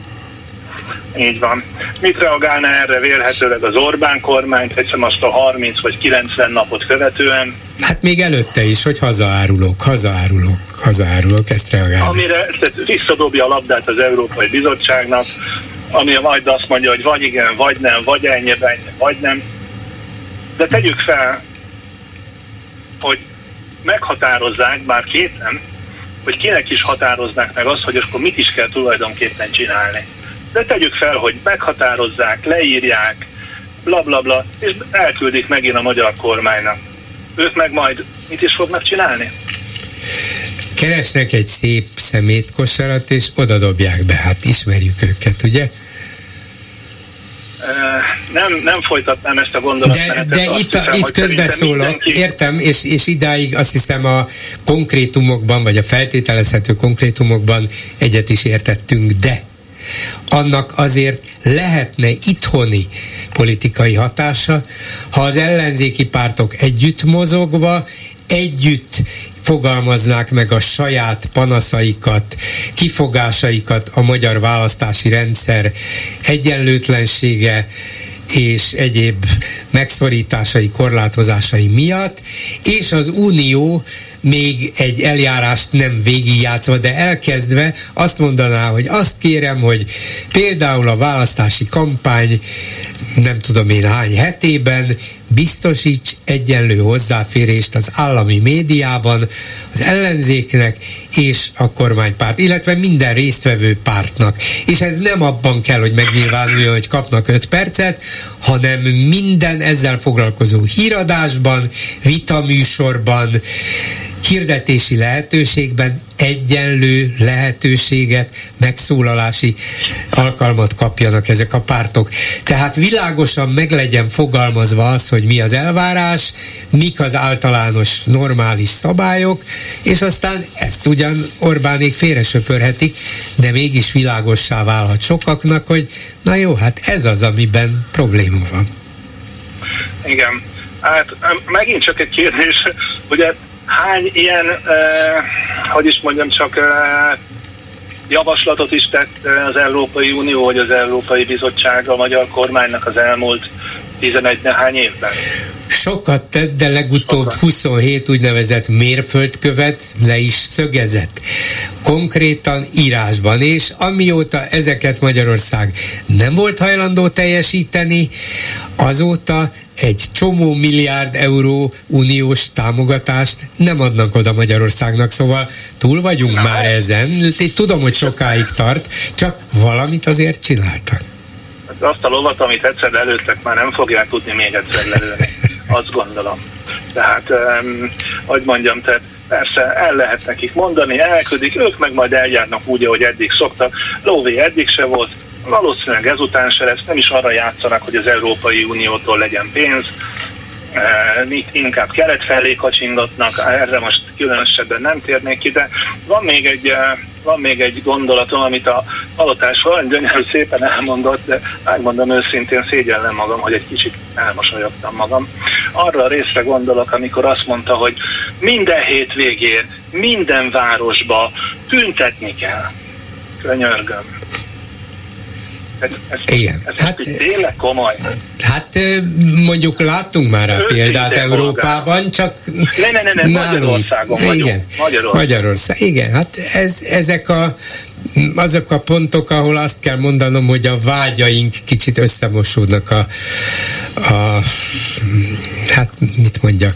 Így van. Mit reagálna erre vélhetőleg az Orbán kormány, egyszerűen azt a 30 vagy 90 napot követően? Hát még előtte is, hogy hazárulok, ezt reagálna. Amire visszadobja a labdát az Európai Bizottságnak, ami majd azt mondja, hogy vagy igen, vagy nem, vagy ennyi, vagy nem. De tegyük fel, hogy meghatározzák, bár kéten, hogy kinek is határoznák meg azt, hogy akkor mit is kell tulajdonképpen csinálni. De tegyük fel, hogy meghatározzák, leírják, bla bla bla, és elküldik megint a magyar kormánynak. Ők meg majd mit is fognak csinálni? Keresnek egy szép szemétkosarat, és oda dobják be, hát ismerjük őket, ugye? Nem folytatnám ezt a gondolatot. De itt közbeszólok, értem, és idáig azt hiszem a konkrétumokban, vagy a feltételezhető konkrétumokban egyet is értettünk, de annak azért lehetne itthoni politikai hatása, ha az ellenzéki pártok együtt mozogva, együtt fogalmaznák meg a saját panaszaikat, kifogásaikat a magyar választási rendszer egyenlőtlensége és egyéb megszorításai, korlátozásai miatt, és az Unió még egy eljárást nem végigjátszva, de elkezdve azt mondaná, hogy azt kérem, hogy például a választási kampány nem tudom én hány hetében biztosíts egyenlő hozzáférést az állami médiában az ellenzéknek és a kormánypárt, illetve minden résztvevő pártnak. És ez nem abban kell, hogy megnyilvánuljon, hogy kapnak 5 percet, hanem minden ezzel foglalkozó híradásban, vitaműsorban, hirdetési lehetőségben egyenlő lehetőséget, megszólalási alkalmat kapjanak ezek a pártok. Tehát világosan meg legyen fogalmazva az, hogy mi az elvárás, mik az általános normális szabályok, és aztán ezt ugyan Orbánék félresöpörhetik, de mégis világossá válhat sokaknak, hogy na jó, hát ez az, amiben probléma van. Igen. Hát megint csak egy kérdés, hogy hány ilyen, javaslatot is tett az Európai Unió, vagy az Európai Bizottság a magyar kormánynak az elmúlt 11 nehány évben? Sokat tett, de legutóbb 27 úgynevezett mérföldkövet le is szögezett. Konkrétan írásban, és amióta ezeket Magyarország nem volt hajlandó teljesíteni, azóta egy csomó milliárd euró uniós támogatást nem adnak oda Magyarországnak, szóval túl vagyunk már ezen. Tudom, hogy sokáig tart, csak valamit azért csináltak. Azt a lovat, amit egyszer lelőttek, már nem fogják tudni még egyszer lelőni. Azt gondolom. Tehát, hogy mondjam, tehát Persze, el lehet nekik mondani, elküldik, ők meg majd eljárnak úgy, ahogy eddig szoktak. Lóvé eddig se volt, valószínűleg ezután se lesz, nem is arra játszanak, hogy az Európai Uniótól legyen pénz, inkább kelet felé kacsingatnak, erre most különösebben nem térnék ki, de van még egy gondolatom, amit a Palotás olyan gyönyörű szépen elmondott, de megmondom őszintén, szégyellem magam, hogy egy kicsit elmosolyogtam magam. Arra a részre gondolok, amikor azt mondta, hogy minden hétvégén, minden városba tüntetni kell. Könyörgöm. Igen. Hát tényleg komoly. Hát mondjuk láttunk már rá példát Európában, csak nem, Magyarországon vagyunk. Igen, Magyarország. Igen, hát ezek azok a pontok, ahol azt kell mondanom, hogy a vágyaink kicsit összemosódnak hát mit mondjak?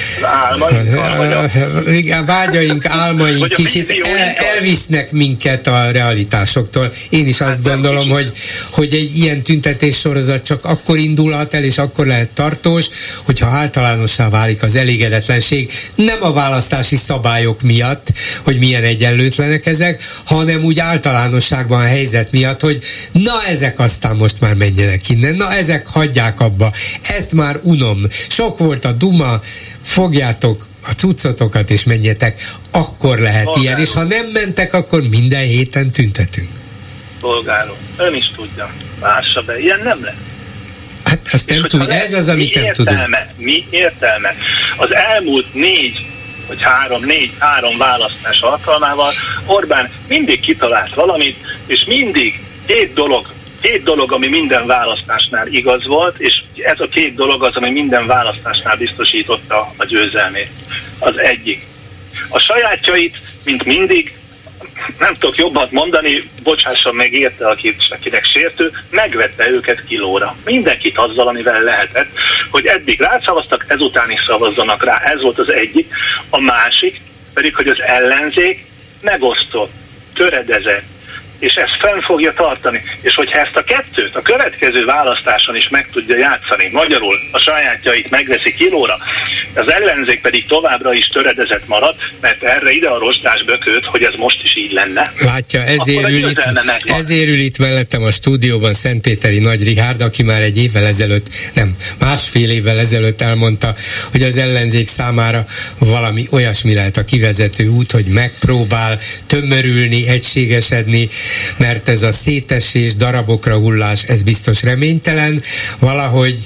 A vágyaink, álmaink kicsit elvisznek minket a realitásoktól. Én is azt gondolom, hogy egy ilyen tüntetés sorozat csak akkor indulhat el, és akkor lehet tartós, hogyha általánossá válik az elégedetlenség, nem a választási szabályok miatt, hogy milyen egyenlőtlenek ezek, hanem úgy általánosságban a helyzet miatt, hogy na ezek aztán most már menjenek innen, na ezek hagyják abba, ezt már unom, sok volt a duma, fogjátok a cuccotokat és menjetek, akkor lehet ilyen, és ha nem mentek, akkor minden héten tüntetünk. Polgárok, ön is tudja, lássa be, ilyen nem lesz. Hát azt nem tudjuk, ez az, amit nem tudunk. Mi értelme? Az elmúlt 3 választás alkalmával Orbán mindig kitalált valamit, és mindig két dolog, ami minden választásnál igaz volt, és ez a két dolog az, ami minden választásnál biztosította a győzelmét. Az egyik. A sajátjait, mint mindig, nem tudok jobbat mondani, bocsásson meg érte, akinek sértő, megvette őket kilóra. Mindenkit azzal, amivel lehetett, hogy eddig rászavaztak, ezután is szavazzanak rá. Ez volt az egyik. A másik pedig, hogy az ellenzék megosztott, töredezett, és ezt fenn fogja tartani. És hogyha ezt a kettőt a következő választáson is meg tudja játszani, magyarul a sajátjait megveszi kilóra, az ellenzék pedig továbbra is töredezett marad, mert erre ide a rostás bökőt, hogy ez most is így lenne. Látja, ezért ül itt mellettem a stúdióban Szentpéteri Nagy Richárd, aki már másfél évvel ezelőtt elmondta, hogy az ellenzék számára valami olyasmi lehet a kivezető út, hogy megpróbál tömörülni, egységesedni, mert ez a szétesés, darabokra hullás, ez biztos reménytelen. Valahogy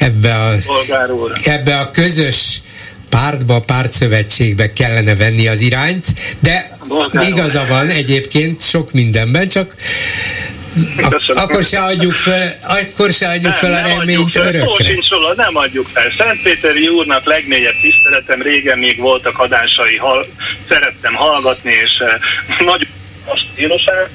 ebbe a közös pártszövetségbe kellene venni az irányt, de igaza van egyébként sok mindenben, csak akkor se adjuk fel a reményt örökre. Nem adjuk fel. Szentpéteri úrnak legmélyebb tiszteletem, régen még voltak adásai, szerettem hallgatni, és nagyon a stílusát.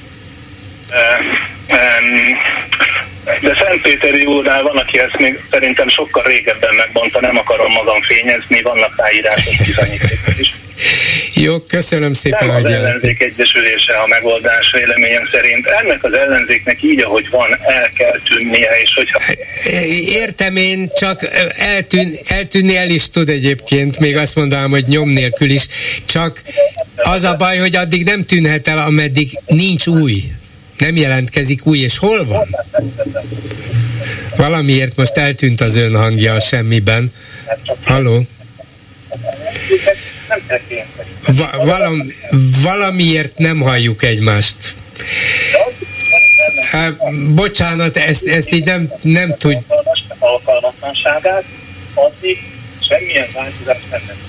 De Szentpéteri úrnál van, aki ezt még szerintem sokkal régebben megmondta, nem akarom magam fényezni, vannak ráírásos bizonyítékok is. Jó, köszönöm szépen, hogy az ellenzék egyesülése a megoldás véleményem szerint. Ennek az ellenzéknek így, ahogy van, el kell tűnnie, és hogyha... Értem én, csak eltűnni el is tud egyébként, még azt mondanám, hogy nyom nélkül is, csak az a baj, hogy addig nem tűnhet el, ameddig nincs új. Nem jelentkezik új, és hol van? Valamiért most eltűnt az ön hangja a semmiben. Halló? Valamiért nem halljuk egymást. Bocsánat, ezt így nem tud. Alkalmatlanságát, addig semmilyen változás nem lesz.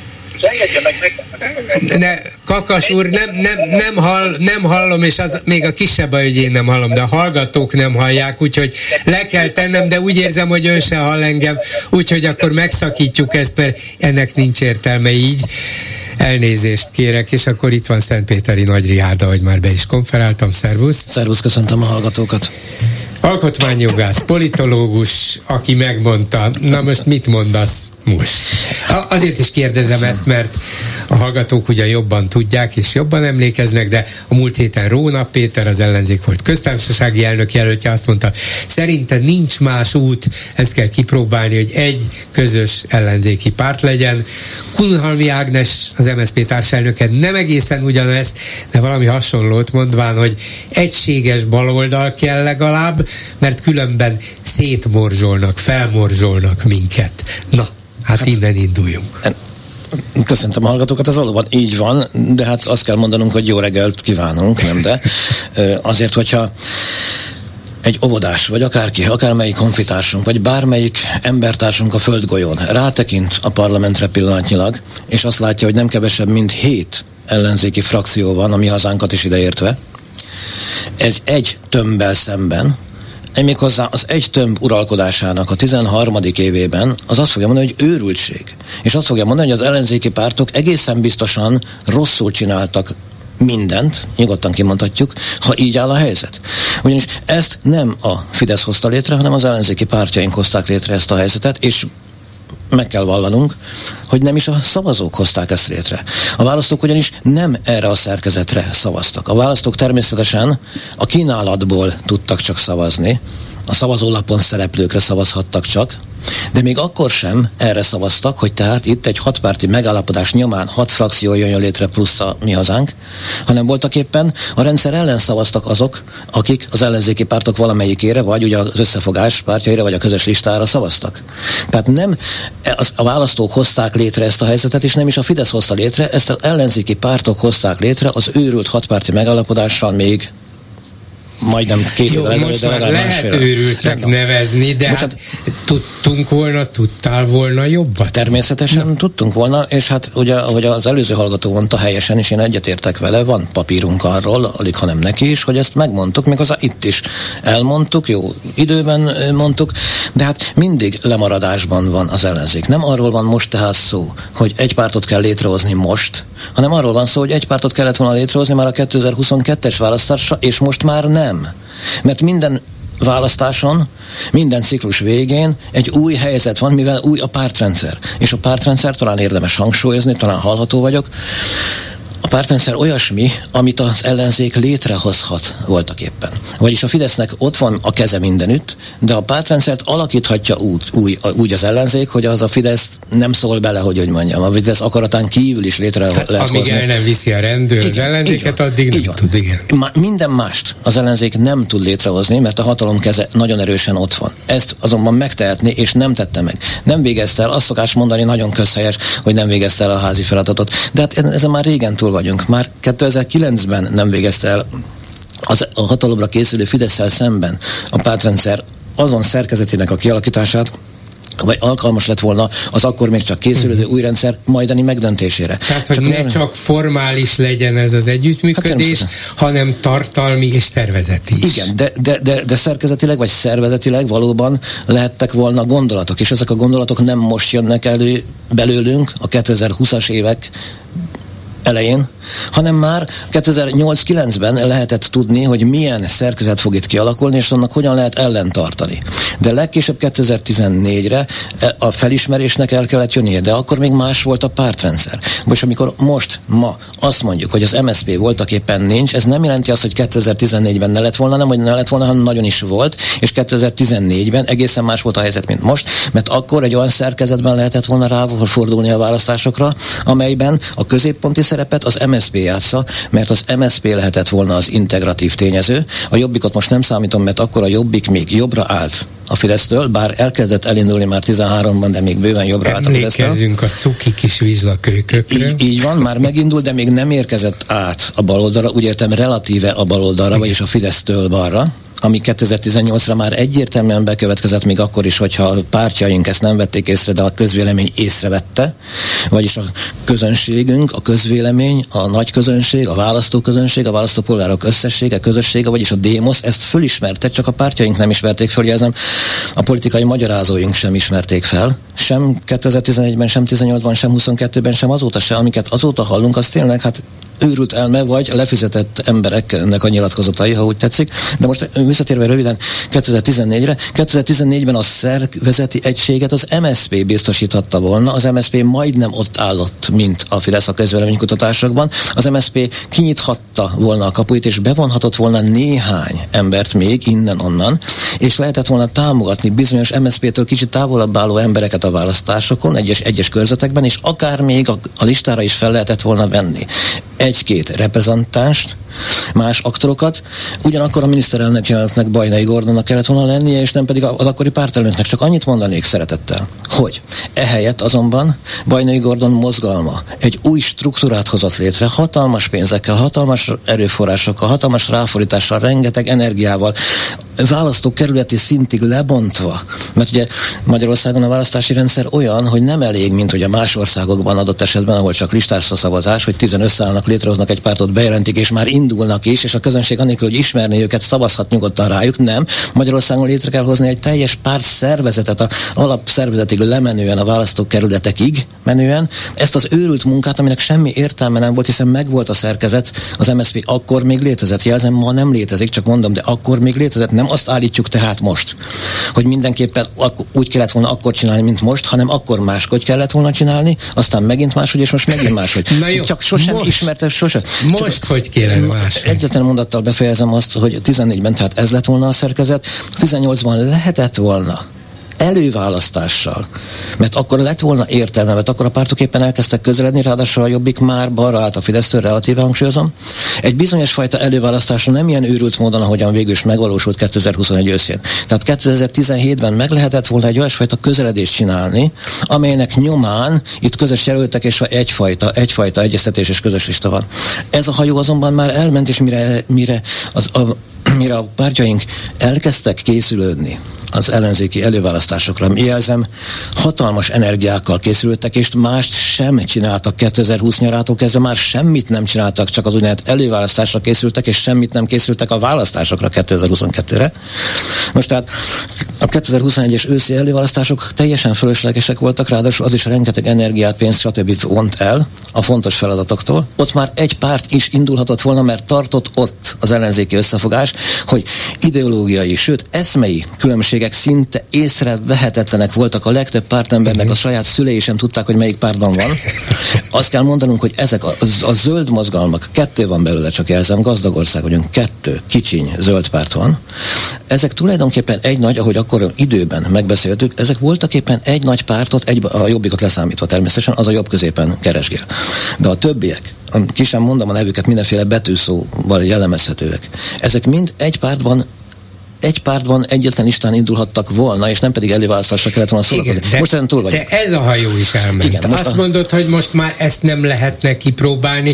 De Kakas úr, nem hallom, és az még a kisebb baj, hogy én nem hallom, de a hallgatók nem hallják, úgyhogy le kell tennem, de úgy érzem, hogy ön se hall engem, úgyhogy akkor megszakítjuk ezt, mert ennek nincs értelme így. Elnézést kérek, és akkor itt van Szentpéteri Nagy Richárd, ahogy már be is konferáltam. Szervusz! Szervusz, köszöntöm a hallgatókat! Alkotmányjogász, politológus, aki megmondta. Na most mit mondasz? most? Azért is kérdezem ezt, mert a hallgatók ugye jobban tudják és jobban emlékeznek, de a múlt héten Róna Péter, az ellenzék volt köztársasági elnök jelöltje, azt mondta, szerintem nincs más út, ezt kell kipróbálni, hogy egy közös ellenzéki párt legyen. Kunhalmi Ágnes, az MSZP társelnöke nem egészen ugyanezt, de valami hasonlót mondván, hogy egységes baloldal kell legalább, mert különben szétmorzsolnak, felmorzsolnak minket. Na, hát innen induljunk. Köszöntöm a hallgatókat, ez valóban így van, de hát azt kell mondanunk, hogy jó reggelt kívánunk, nem de. Azért, hogyha egy óvodás, vagy akárki, akármelyik honfitársunk, vagy bármelyik embertársunk a földgolyón rátekint a parlamentre pillanatnyilag, és azt látja, hogy nem kevesebb, mint 7 ellenzéki frakció van, a mi hazánkat is ideértve, ez egy tömbbel szemben, méghozzá az egy tömb uralkodásának a 13. évében az azt fogja mondani, hogy őrültség. És azt fogja mondani, hogy az ellenzéki pártok egészen biztosan rosszul csináltak mindent, nyugodtan kimondhatjuk, ha így áll a helyzet. Ugyanis ezt nem a Fidesz hozta létre, hanem az ellenzéki pártjaink hozták létre ezt a helyzetet, és meg kell vallanunk, hogy nem is a szavazók hozták ezt létre. A választók ugyanis nem erre a szerkezetre szavaztak. A választók természetesen a kínálatból tudtak csak szavazni, a szavazólapon szereplőkre szavazhattak csak, de még akkor sem erre szavaztak, hogy tehát itt egy 6 párti megállapodás nyomán 6 frakció jön létre plusz a mi hazánk, hanem voltak éppen a rendszer ellen szavaztak azok, akik az ellenzéki pártok valamelyikére, vagy ugye az összefogás pártjaira, vagy a közös listára szavaztak. Tehát nem a választók hozták létre ezt a helyzetet, és nem is a Fidesz hozta létre, ezt az ellenzéki pártok hozták létre az őrült 6 párti megállapodással még majdnem 2 évvel ezelőtt, de legalább lehet őrültnek nevezni, de hát tudtál volna jobbat? Természetesen tudtunk volna, és hát ugye, ahogy az előző hallgató mondta helyesen, és én egyetértek vele, van papírunk arról, alig ha nem neki is, hogy ezt megmondtuk, méghozzá itt is elmondtuk, jó időben mondtuk, de hát mindig lemaradásban van az ellenzék. Nem arról van most tehát szó, hogy egy pártot kell létrehozni most, hanem arról van szó, hogy egy pártot kellett volna létrehozni már a 2022-es választásra, és most már nem. Mert minden választáson, minden ciklus végén egy új helyzet van, mivel új a pártrendszer. És a pártrendszer, talán érdemes hangsúlyozni, talán hallható vagyok, a pártrendszer olyasmi, amit az ellenzék létrehozhat voltak éppen. Vagyis a Fidesznek ott van a keze mindenütt, de a pártrendszert alakíthatja úgy az ellenzék, hogy az a Fidesz nem szól bele, hogy mondjam. A Fidesz akaratán kívül is létre lehet amíg hozni. El nem viszi a rendőr az ellenzéket, addig nem tud, igen. Minden mást az ellenzék nem tud létrehozni, mert a hatalom keze nagyon erősen ott van. Ezt azonban megtehetni, és nem tette meg. Nem végezte el, azt szokás mondani, nagyon közhelyes, hogy nem végezte el a házi feladatot. De hát ezen már régen túl vagyunk. Már 2009-ben nem végezte el a hatalomra készülő Fidesszel szemben a pártrendszer azon szerkezetének a kialakítását, vagy alkalmas lett volna az akkor még csak készülődő új rendszer majdani megdöntésére. Tehát, hogy ne csak formális legyen ez az együttműködés, hanem tartalmi és szervezeti is. Igen, de szerkezetileg vagy szervezetileg valóban lehettek volna gondolatok, és ezek a gondolatok nem most jönnek elő belőlünk a 2020-as évek elején, hanem már 2008-9-ben lehetett tudni, hogy milyen szerkezet fog itt kialakulni, és annak hogyan lehet ellentartani. De legkésőbb 2014-re a felismerésnek el kellett jönnie, de akkor még más volt a pártrendszer. És amikor ma azt mondjuk, hogy az MSZP voltak éppen nincs, ez nem jelenti azt, hogy 2014-ben ne lett volna, nem, hogy ne lett volna, hanem nagyon is volt, és 2014-ben egészen más volt a helyzet, mint most, mert akkor egy olyan szerkezetben lehetett volna ráfordulni a választásokra, amelyben a középponti szerepet az MSZP játsza, mert az MSZP lehetett volna az integratív tényező. A Jobbikot most nem számítom, mert akkor a Jobbik még jobbra állt a Fidesztől, bár elkezdett elindulni már 13-ban, de még bőven jobbra állt a Fidesztől. Emlékezzünk a cuki kis vizslakölykökre. Így van, már megindult, de még nem érkezett át a baloldalra, úgy értem relatíve a baloldalra, vagyis a Fidesztől balra, ami 2018-ra már egyértelműen bekövetkezett, még akkor is, hogyha a pártjaink ezt nem vették észre, de a közvélemény észrevette, vagyis a közönségünk, a közvélemény, a nagy közönség, a választóközönség, a választópolgárok összessége, közössége, vagyis a démosz ezt fölismerte, csak a pártjaink nem ismerték fel, jelzem, a politikai magyarázóink sem ismerték fel, sem 2011-ben, sem 18-ban, sem 22-ben, sem azóta se, amiket azóta hallunk, az tényleg, hát őrült elme, vagy lefizetett embereknek a nyilatkozatai, ha úgy tetszik. De most visszatérve röviden 2014-re, 2014-ben a szervezeti egységet az MSZP biztosíthatta volna, az MSZP majdnem ott állott, mint a Fidesz a közvéleménykutatásokban. Az MSZP kinyithatta volna a kapuit, és bevonhatott volna néhány embert még innen-onnan, és lehetett volna támogatni bizonyos MSZP-től kicsit távolabb álló embereket a választásokon, egyes körzetekben, és akár még a listára is fel lehetett volna venni egy-két reprezentánst, más aktorokat, ugyanakkor a miniszterelnök jelöltnek, Bajnai Gordonnak kellett volna lennie, és nem pedig az akkori pártelnöknek. Csak annyit mondanék szeretettel, hogy ehelyett azonban Bajnai Gordon mozgalma egy új struktúrát hozott létre, hatalmas pénzekkel, hatalmas erőforrásokkal, hatalmas ráfordítással, rengeteg energiával, választókerületi szintig lebontva, mert ugye Magyarországon a választási rendszer olyan, hogy nem elég, mint ugye más országokban adott esetben, ahol csak listás a szavazás, hogy 10 összeállnak, létrehoznak egy pártot, bejelentik, és már indulnak is, és a közönség annélkül, hogy ismerné őket, szavazhat nyugodtan rájuk, nem. Magyarországon létre kell hozni egy teljes párt szervezetet, a alapszervezetig lemenően, a választókerületekig menően. Ezt az őrült munkát, aminek semmi értelme nem volt, hiszen megvolt a szerkezet, az MSZP akkor még létezett. Jelzem, ma nem létezik, csak mondom, de akkor még létezett. Nem azt állítjuk tehát most, hogy mindenképpen úgy kellett volna akkor csinálni, mint most, hanem akkor máshogy kellett volna csinálni, aztán megint máshogy, és most megint máshogy. Csak sosem ismertem, sosem. Most hogy kéne más? Egyetlen mondattal befejezem azt, hogy 14-ben tehát ez lett volna a szerkezet, 18-ban lehetett volna előválasztással, mert akkor lett volna értelme, mert akkor a pártok éppen elkezdtek közeledni, ráadásul a Jobbik már balra állt a Fidesztől, relatíve hangsúlyozom. Egy bizonyos fajta előválasztásra nem ilyen őrült módon, ahogyan végül is megvalósult 2021 őszén. Tehát 2017-ben meg lehetett volna egy olyasfajta közeledést csinálni, amelynek nyomán itt közös jelöltek és egyfajta egyeztetés és közös lista van. Ez a hajó azonban már elment, és mire a pártjaink elkezdtek készülődni az ellenzéki előválasztásokra, jelzem, hatalmas energiákkal készülődtek, és mást sem csináltak 2020 nyarától kezdve, már semmit nem csináltak, csak az úgynevezett előválasztásra készültek, és semmit nem készültek a választásokra 2022-re. Most tehát a 2021-es őszi előválasztások teljesen fölöslegesek voltak, ráadásul az is rengeteg energiát, pénzt, stb. Vont el a fontos feladatoktól. Ott már egy párt is indulhatott volna, mert tartott ott az ellenzéki összefogás, hogy ideológiai, sőt eszmei különbségek szinte észrevehetetlenek voltak. A legtöbb pártembernek a saját szülei sem tudták, hogy melyik pártban van. Azt kell mondanunk, hogy ezek a zöld mozgalmak, 2 van belőle, csak jelzem, gazdag ország vagyunk, 2 kicsiny zöld párt van. Ezek tulajdonképpen egy nagy, ahogy akkor időben megbeszéltük, ezek voltak éppen egy nagy pártot, a Jobbikot leszámítva természetesen, az a jobb középen keresgél. De a többiek, ki sem mondom a nevüket, mindenféle betűszóval jellemezhetőek. Ezek mind egy pártban egyetlen listán indulhattak volna, és nem pedig előválasztásra kellett volna szórakozni. Most ezen túl vagyunk. De ez a hajó is elment. Igen, azt mondod, hogy most már ezt nem lehetne kipróbálni,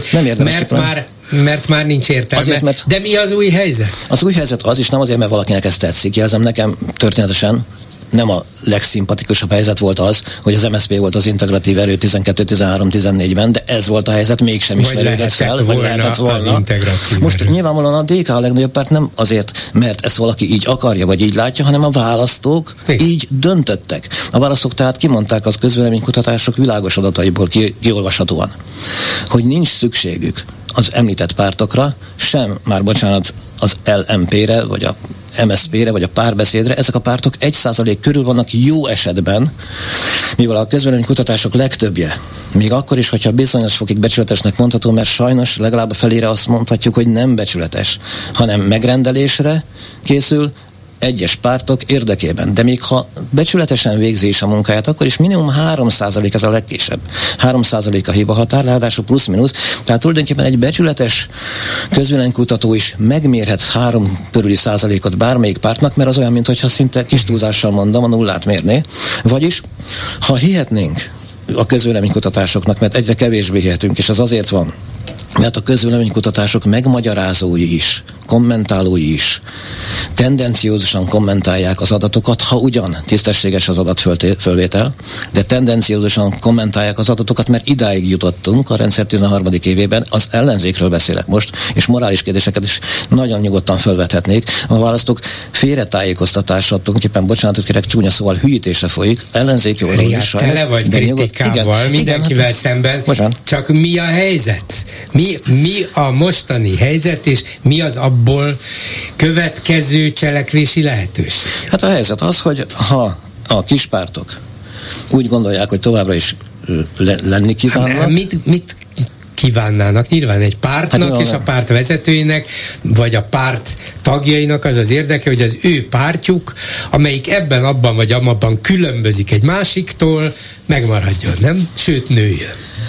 mert már nincs értelme. Azért, de mi az új helyzet? Az új helyzet az is nem azért, mert valakinek ez tetszik. Jelzem, nekem történetesen nem a legszimpatikusabb helyzet volt az, hogy az MSZP volt az integratív erő 12, 13, 14-ben, de ez volt a helyzet, mégsem ismerődött fel, vagy lehetett volna. Most erő. Nyilvánvalóan a DK a legnagyobb párt nem azért, mert ezt valaki így akarja, vagy így látja, hanem a választók így döntöttek. A választók tehát kimondták az közvéleménykutatások világos adataiból kiolvashatóan, hogy nincs szükségük az említett pártokra, sem, már bocsánat, az LMP-re, vagy a MSZP-re, vagy a Párbeszédre, ezek a pártok 1% körül vannak jó esetben, mivel a közvéleménykutatások legtöbbje, még akkor is, hogyha bizonyos fokig becsületesnek mondható, mert sajnos legalább a felére azt mondhatjuk, hogy nem becsületes, hanem megrendelésre készül, egyes pártok érdekében. De még ha becsületesen végzi is a munkáját, akkor is minimum 3%, ez a legkisebb. 3% a hiba határ, ráadásul plusz-minusz. Tehát tulajdonképpen egy becsületes közvéleménykutató is megmérhet 3 körüli százalékot bármelyik pártnak, mert az olyan, mintha szinte kis túlzással mondom, a nullát mérné. Vagyis, ha hihetnénk a közvéleménykutatásoknak, mert egyre kevésbé hihetünk, és ez azért van, mert a közvéleménykutatások megmagyarázói is, kommentálói is tendenciózusan kommentálják az adatokat, ha ugyan tisztességes az adatfölvétel, de tendenciózusan kommentálják az adatokat, mert idáig jutottunk a rendszer 13. évében, az ellenzékről beszélek most, és morális kérdéseket is nagyon nyugodtan fölvethetnék. A választók félretájékoztatása, tulajdonképpen bocsánatot kérek, csúnya szóval hülyítése folyik, ellenzéki oldalon is. Tele vagy kritikával, mindenkivel szemben. Bocsánat. Csak mi a helyzet? Mi mi a mostani helyzet, és mi az abból következő cselekvési lehetőség? Hát a helyzet az, hogy ha a kispártok úgy gondolják, hogy továbbra is lenni kívánnak. Mit kívánnának? Nyilván egy pártnak és a párt vezetőinek, vagy a párt tagjainak az az érdeke, hogy az ő pártjuk, amelyik ebben, abban vagy amabban különbözik egy másiktól, megmaradjon, nem? Sőt, nőjön.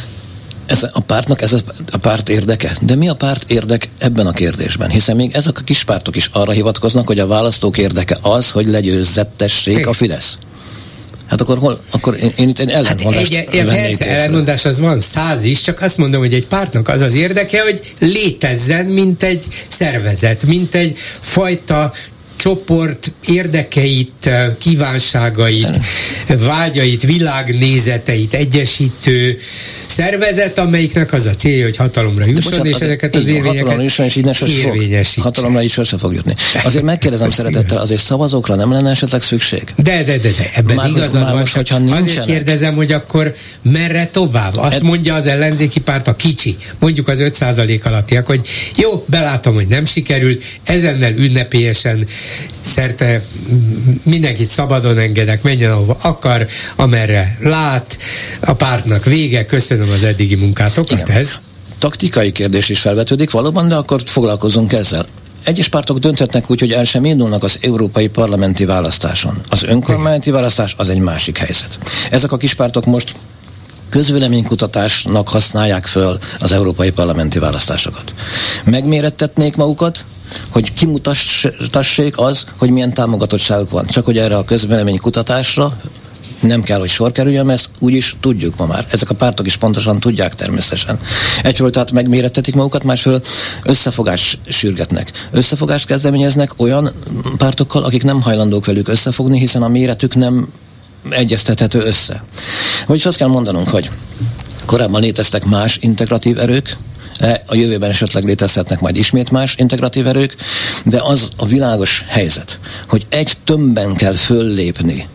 Ez a pártnak, ez a párt érdeke. De mi a párt érdek ebben a kérdésben? Hiszen még ezek a kispártok is arra hivatkoznak, hogy a választók érdeke az, hogy legyőzettessék a Fidesz. Hát akkor én itt egy ellentmondást vennék. Persze, ellentmondás az van 100 is, csak azt mondom, hogy egy pártnak az az érdeke, hogy létezzen, mint egy szervezet, mint egy fajta csoport érdekeit, kívánságait, vágyait, világnézeteit egyesítő szervezet, amelyiknek az a célja, hogy hatalomra jusson, és ezeket az érvényeket érvényesítse. Hatalomra is sose fog jutni. Azért megkérdezem szeretettel, azért szavazókra nem lenne esetleg szükség? De, ebben igazad van, most, azért kérdezem, hogy akkor merre tovább? Azt mondja az ellenzéki párt, a kicsi, mondjuk az 5% alattiak, hogy jó, belátom, hogy nem sikerült, ezennel ünnepélyesen szerte mindenkit szabadon engedek, menjen ahova akar, amerre lát, a pártnak vége, köszönöm az eddigi munkátokat. Igen. Ez taktikai kérdés is felvetődik valóban, de akkor foglalkozunk ezzel. Egyes pártok dönthetnek úgy, hogy el sem indulnak az európai parlamenti választáson. Az önkormányzati választás az egy másik helyzet. Ezek a kispártok most közvéleménykutatásnak használják föl az európai parlamenti választásokat. Megmérettetnék magukat, hogy kimutassék az, hogy milyen támogatottságuk van. Csak hogy erre a közvéleménykutatásra nem kell, hogy sor kerüljön, mert ezt úgyis tudjuk ma már. Ezek a pártok is pontosan tudják természetesen. Egyfelől tehát megmérettetik magukat, másfelől összefogást sürgetnek. Összefogást kezdeményeznek olyan pártokkal, akik nem hajlandók velük összefogni, hiszen a méretük nem egyeztethető össze. Vagyis azt kell mondanunk, hogy korábban léteztek más integratív erők, a jövőben esetleg létezhetnek majd ismét más integratív erők, de az a világos helyzet, hogy egy tömbben kell föllépni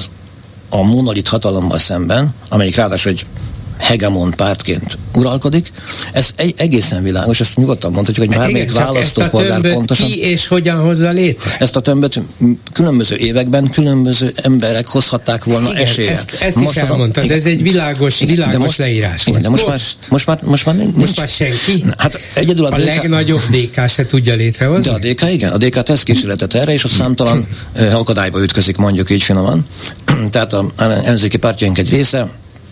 a monolit hatalommal szemben, amelyik ráadásul egy hegemon pártként uralkodik. Ez egészen világos, ezt nyugodtan mondhatjuk, hogy bármelyik választópolgár pontosan... Ki és hogyan hozza létre? Ezt a tömböt különböző években különböző emberek hozhatták volna eséllyel. Ezt most is elmondtad, de ez egy világos leírás volt. De most már senki? Hát egyedül a legnagyobb DK se tudja létrehozni? De a DK igen, a DK tesz kísérletet erre, és a számtalan akadályba ütközik, mondjuk így finoman. Tehát a ellenzéki pártjaink egy része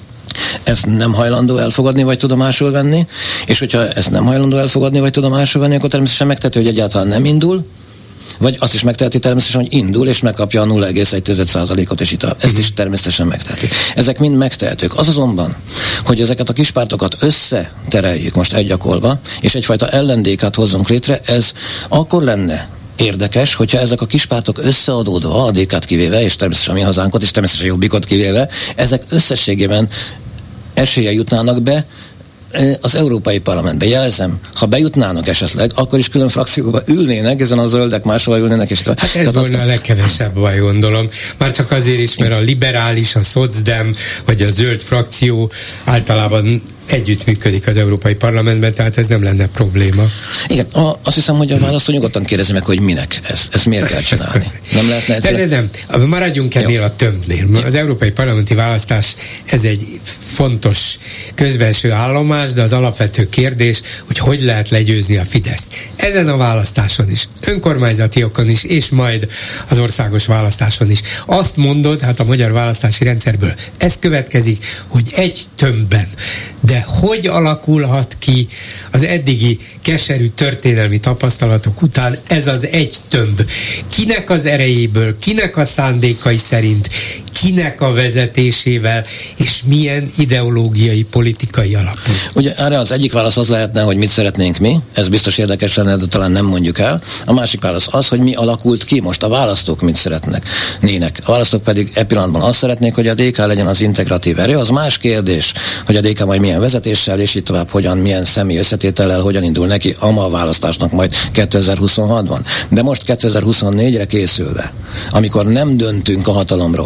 ezt nem hajlandó elfogadni, vagy tudomásul venni, és hogyha ezt nem hajlandó elfogadni, vagy tudomásul venni, akkor természetesen megteheti, hogy egyáltalán nem indul, vagy azt is megteheti természetesen, hogy indul, és megkapja a 0,1%-ot, és itt ezt is természetesen megteheti. Ezek mind megtehetők. Az azonban, hogy ezeket a kispártokat összetereljük most egy gyakorba, és egyfajta ellendéket hozzunk létre, ez akkor lenne érdekes, hogyha ezek a kispártok összeadódva, a DK-t kivéve, és természetesen mi hazánkot, és természetesen Jobbikot kivéve, ezek összességében eséllyel jutnának be az Európai Parlamentbe. Jelzem, ha bejutnának esetleg, akkor is külön frakcióba ülnének, ezen a zöldek máshova ülnének. És hát ez volna a legkevesebb baj, gondolom. Már csak azért is, mert a liberális, a szocdem, vagy a zöld frakció általában együttműködik az Európai Parlamentben, tehát ez nem lenne probléma. Igen, azt hiszem, hogy a választó nyugodtan kérdezi meg, hogy minek ezt miért kell csinálni. Nem lehetne egyszerűen... Nem. Maradjunk ennél a tömbnél. Az Európai Parlamenti választás, ez egy fontos közbenső állomás, de az alapvető kérdés, hogy lehet legyőzni a Fideszt. Ezen a választáson is, önkormányzatiokon is, és majd az országos választáson is. Azt mondod, hát a magyar választási rendszerből ez következik, hogy egy tömbben. De hogy alakulhat ki az eddigi keserű történelmi tapasztalatok után ez az egy tömb? Kinek az erejéből, kinek a szándékai szerint, kinek a vezetésével, és milyen ideológiai, politikai alapon? Ugye erre az egyik válasz az lehetne, hogy mit szeretnénk mi, ez biztos érdekes lenne, de talán nem mondjuk el. A másik válasz az, hogy mi alakult ki, most a választók mit szeretnek. A választók pedig e pillanatban azt szeretnék, hogy a DK legyen az integratív erő. Az más kérdés, hogy a DK majd milyen vezetéssel, és így tovább hogyan, milyen személy összetétellel, hogyan indul neki a választásnak majd 2026-ban. De most 2024-re készülve, amikor nem döntünk a hatalomról,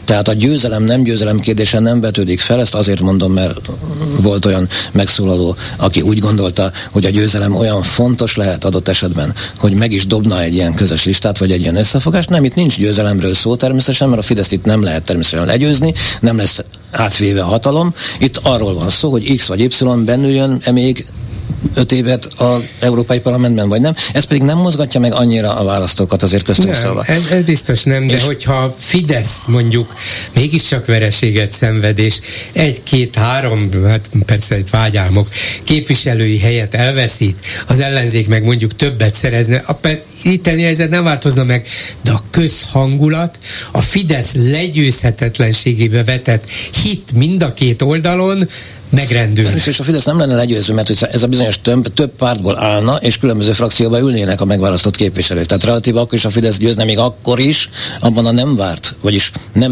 Tehát a győzelem-nem győzelem kérdése nem vetődik fel, ezt azért mondom, mert volt olyan megszólaló, aki úgy gondolta, hogy a győzelem olyan fontos lehet adott esetben, hogy meg is dobna egy ilyen közös listát, vagy egy ilyen összefogást. Nem, itt nincs győzelemről szó természetesen, mert a Fideszt itt nem lehet természetesen legyőzni, nem lesz átvéve a hatalom. Itt arról van szó, hogy X vagy Y bennüljön még 5 évet az Európai Parlamentben, vagy nem. Ez pedig nem mozgatja meg annyira a választókat, azért köztünk szólva. Ez biztos nem, de hogyha Fidesz mondjuk mégiscsak vereséget szenved, és 1, 2, 3, hát persze itt vágyálmok, képviselői helyet elveszít, az ellenzék meg mondjuk többet szerezne, a itteni helyzet nem változna meg, de a közhangulat, a Fidesz legyőzhetetlenségébe vetett hit mind a két oldalon megrendül. És a Fidesz nem lenne legyőző, mert ez a bizonyos több pártból állna, és különböző frakcióba ülnének a megválasztott képviselők. Tehát relatív akkor is a Fidesz győzne, még akkor is, abban a nem várt, vagyis nem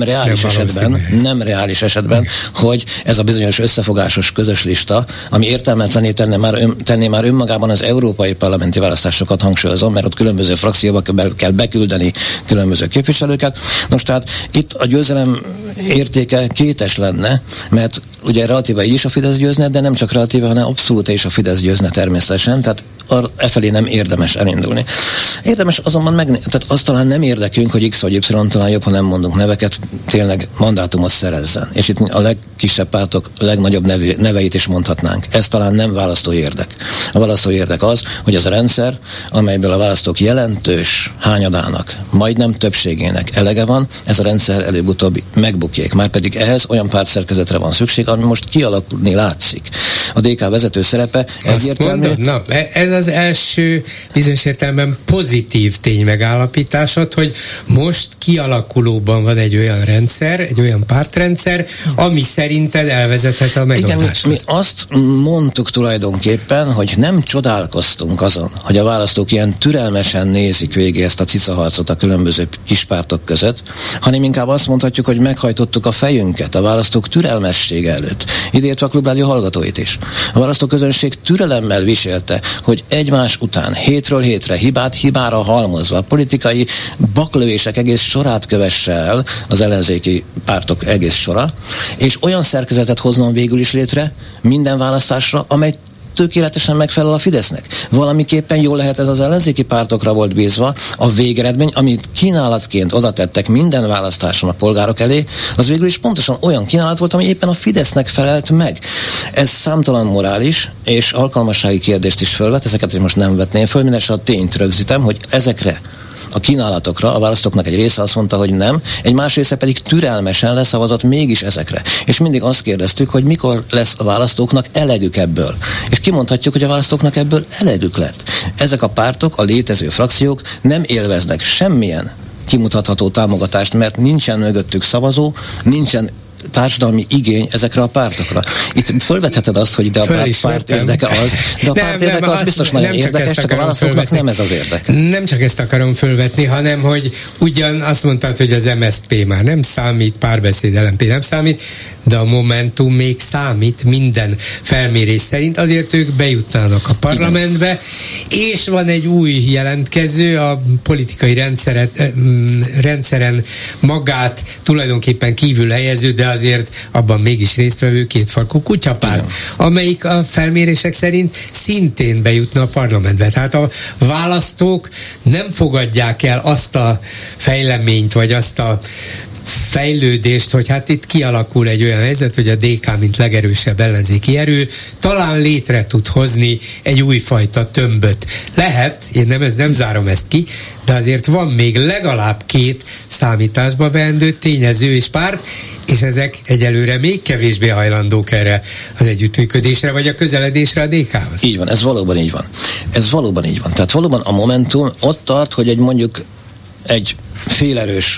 reális esetben, hogy ez a bizonyos összefogásos közös lista, ami értelmetlené tenné már önmagában az európai parlamenti választásokat, hangsúlyozom, mert ott különböző frakcióba kell beküldeni különböző képviselőket. Nos, tehát itt a győzelem értéke kétes lenne, mert ugye relatíva így is a Fidesz győzne, de nem csak relatíva, hanem abszolút is a Fidesz győzne természetesen, tehát efelé nem érdemes elindulni. Érdemes azonban tehát az talán nem érdekünk, hogy X vagy Y talán jobb, ha nem mondunk neveket, tényleg mandátumot szerezzen. És itt a legkisebb pártok legnagyobb neveit is mondhatnánk. Ez talán nem választói érdek. A választói érdek az, hogy ez a rendszer, amelyből a választók jelentős hányadának, majdnem többségének elege van, ez a rendszer előbb-utóbb megbukjék. Márpedig ehhez olyan pártszerkezetre van szükség, ami most kialakulni látszik. A DK vezető szerepe egyértelmű. Ez az első bizonyos értelemben pozitív tény megállapításod, hogy most kialakulóban van egy olyan rendszer, egy olyan pártrendszer, ami szerinted elvezethet a megoldáshoz. Igen, mi azt mondtuk tulajdonképpen, hogy nem csodálkoztunk azon, hogy a választók ilyen türelmesen nézik végig ezt a cicaharcot a különböző kispártok között, hanem inkább azt mondhatjuk, hogy meghajtottuk a fejünket a választók türelmessége előtt. Idétve a Klubrádió hallgatóit is. A választóközönség türelemmel viselte, hogy egymás után, hétről hétre, hibát hibára halmozva, politikai baklövések egész sorát kövesse el az ellenzéki pártok egész sora, és olyan szerkezetet hoznom végül is létre minden választásra, amely tökéletesen megfelel a Fidesznek. Valamiképpen jól lehet ez az ellenzéki pártokra volt bízva, a végeredmény, amit kínálatként oda tettek minden választáson a polgárok elé, az végül is pontosan olyan kínálat volt, ami éppen a Fidesznek felelt meg. Ez számtalan morális és alkalmassági kérdést is fölvet, ezeket is most nem vetném föl, mindenesetre a tényt rögzítem, hogy ezekre a kínálatokra a választóknak egy része azt mondta, hogy nem, egy más része pedig türelmesen leszavazott mégis ezekre. És mindig azt kérdeztük, hogy mikor lesz a választóknak elegük ebből. És kimondhatjuk, hogy a választóknak ebből elegük lett. Ezek a pártok, a létező frakciók nem élveznek semmilyen kimutatható támogatást, mert nincsen mögöttük szavazó, nincsen társadalmi igény ezekre a pártokra. Itt fölvetheted azt, hogy de a párt érdeke az, de a párt érdeke az biztos nagyon érdekes, csak a választóknak nem ez az érdeke. Nem csak ezt akarom fölvetni, hanem hogy ugyan azt mondtad, hogy az MSZP már nem számít, Párbeszéd LMP nem számít, de a Momentum még számít minden felmérés szerint, azért ők bejutnának a parlamentbe, igen. És van egy új jelentkező, a politikai rendszeren magát tulajdonképpen kívül helyező, de azért abban mégis résztvevő kétfarkú kutyapárt, igen. Amelyik a felmérések szerint szintén bejutna a parlamentbe. Tehát a választók nem fogadják el azt a fejleményt, vagy azt a fejlődést, hogy hát itt kialakul egy olyan helyzet, hogy a DK, mint legerősebb ellenzéki erő, talán létre tud hozni egy újfajta tömböt. Lehet, én nem zárom ezt ki, de azért van még legalább 2 számításba veendő tényező és párt, és ezek egyelőre még kevésbé hajlandók erre az együttműködésre, vagy a közeledésre a DK-hoz. Így van, ez valóban így van. Ez valóban így van. Tehát valóban a Momentum ott tart, hogy mondjuk egy félerős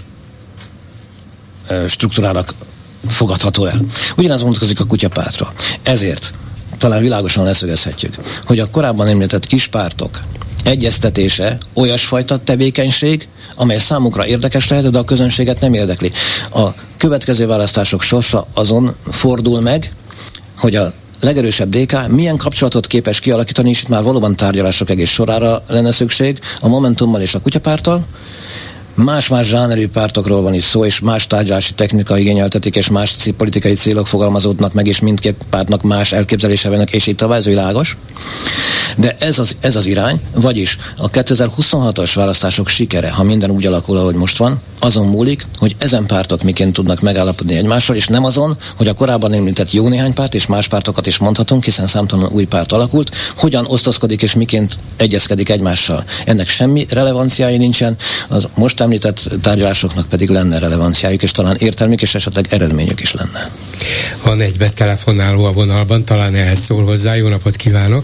struktúrának fogadható el. Ugyanaz vonatkozik a kutyapártra. Ezért talán világosan leszögezhetjük, hogy a korábban említett kispártok egyeztetése olyasfajta tevékenység, amely számukra érdekes lehet, de a közönséget nem érdekli. A következő választások sorsa azon fordul meg, hogy a legerősebb DK milyen kapcsolatot képes kialakítani, és itt már valóban tárgyalások egész sorára lenne szükség a Momentummal és a kutyapárttal, más-más zsánerű pártokról van is szó, és más tárgyalási technika igényeltetik, és más politikai célok fogalmazódnak meg, és mindkét pártnak más elképzelése vannak, és így tovább, ez világos. De ez az irány, vagyis a 2026-os választások sikere, ha minden úgy alakul, ahogy most van, azon múlik, hogy ezen pártok miként tudnak megállapodni egymással, és nem azon, hogy a korábban említett jó néhány párt, és más pártokat is mondhatunk, hiszen számtalan új párt alakult, hogyan osztozkodik és miként egyezkedik egymással. Ennek semmi relevanciája nincsen, az most említett tárgyalásoknak pedig lenne relevanciájuk, és talán értelmük, és esetleg eredményük is lenne. Van egy betelefonáló a vonalban, talán ehhez szól hozzá. Jó napot kívánok!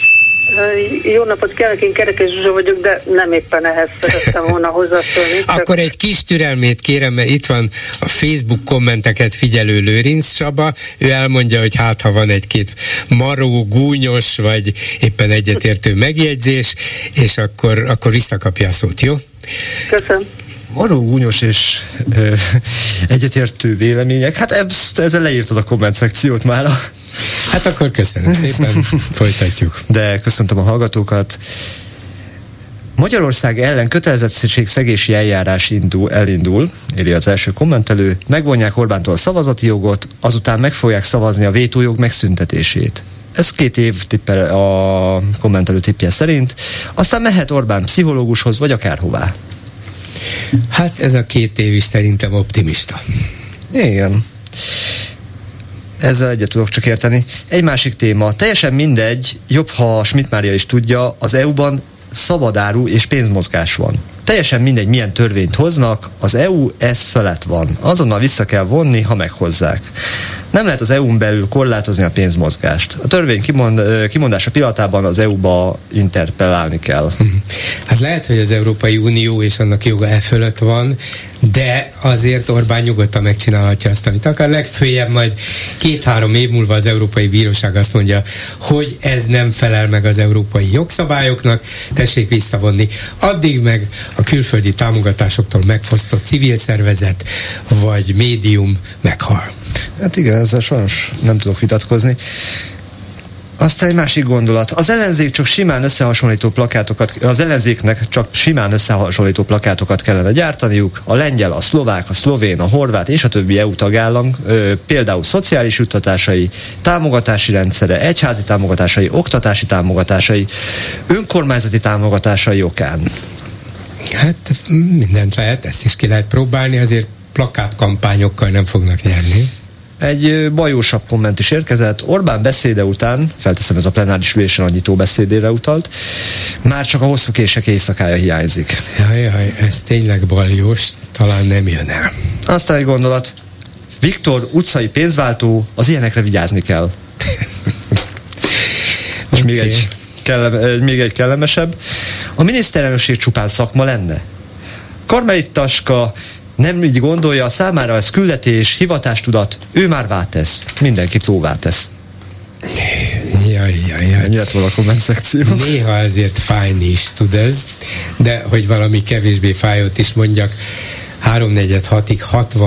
Jó napot kívánok, én Kerekes Zsuzsa vagyok, de nem éppen ehhez szerettem volna hozzászólni. Akkor egy kis türelmét kérem, mert itt van a Facebook kommenteket figyelő Lőrinc Csaba, ő elmondja, hogy hát ha van egy-két maró, gúnyos, vagy éppen egyetértő megjegyzés, és akkor visszakapja a szót, jó? Köszönöm. Maró, gúnyos és egyetértő vélemények. Hát ezzel leírtad a komment szekciót már. Hát akkor köszönöm szépen, folytatjuk. De köszöntöm a hallgatókat. Magyarország ellen kötelezettségszegési eljárás elindul, írja az első kommentelő, megvonják Orbántól a szavazati jogot, azután meg fogják szavazni a vétójog megszüntetését. Ez 2 év a kommentelő tippje szerint. Aztán mehet Orbán pszichológushoz, vagy akárhová. Hát ez a 2 év is szerintem optimista. Igen. Ezzel egyet tudok csak érteni. Egy másik téma. Teljesen mindegy, jobb, ha Schmidt Mária is tudja, az EU-ban szabadáru és pénzmozgás van. Teljesen mindegy, milyen törvényt hoznak, az EU ez felett van. Azonnal vissza kell vonni, ha meghozzák. Nem lehet az EU-n belül korlátozni a pénzmozgást. A törvény kimondása pillanatában az EU-ba interpellálni kell. Hát lehet, hogy az Európai Unió és annak joga fölött van, de azért Orbán nyugodtan megcsinálhatja azt, amit akar. Legfőjebb majd 2-3 év múlva az Európai Bíróság azt mondja, hogy ez nem felel meg az európai jogszabályoknak, tessék visszavonni. Addig meg a külföldi támogatásoktól megfosztott civil szervezet vagy médium meghal. Hát igen, ezzel sajnos nem tudok vitatkozni. Aztán egy másik gondolat. Az ellenzéknek csak simán összehasonlító plakátokat kellene gyártaniuk. A lengyel, a szlovák, a szlovén, a horvát és a többi EU tagállam például szociális juttatásai, támogatási rendszere, egyházi támogatásai, oktatási támogatásai, önkormányzati támogatásai okán. Hát mindent lehet, ezt is ki lehet próbálni, azért plakátkampányokkal nem fognak nyerni. Egy bajósabb komment is érkezett. Orbán beszéde után, felteszem, ez a plenáris ülésen a nyitó beszédére utalt, már csak a hosszú kések éjszakája hiányzik. Jaj, ez tényleg baljós, talán nem jön el. Aztán egy gondolat. Viktor utcai pénzváltó, az ilyenekre vigyázni kell. És még egy kellemesebb. A miniszterelnökség csupán szakma lenne. Karmelittaska nem így gondolja, számára ez küldetés, hivatástudat, ő már vátesz. Mindenkit lóvátesz. Jaj. Ennyi lett volna a komment szekció. Néha azért fájni is tud ez, de hogy valami kevésbé fájót is mondjak, 3/4-6-ig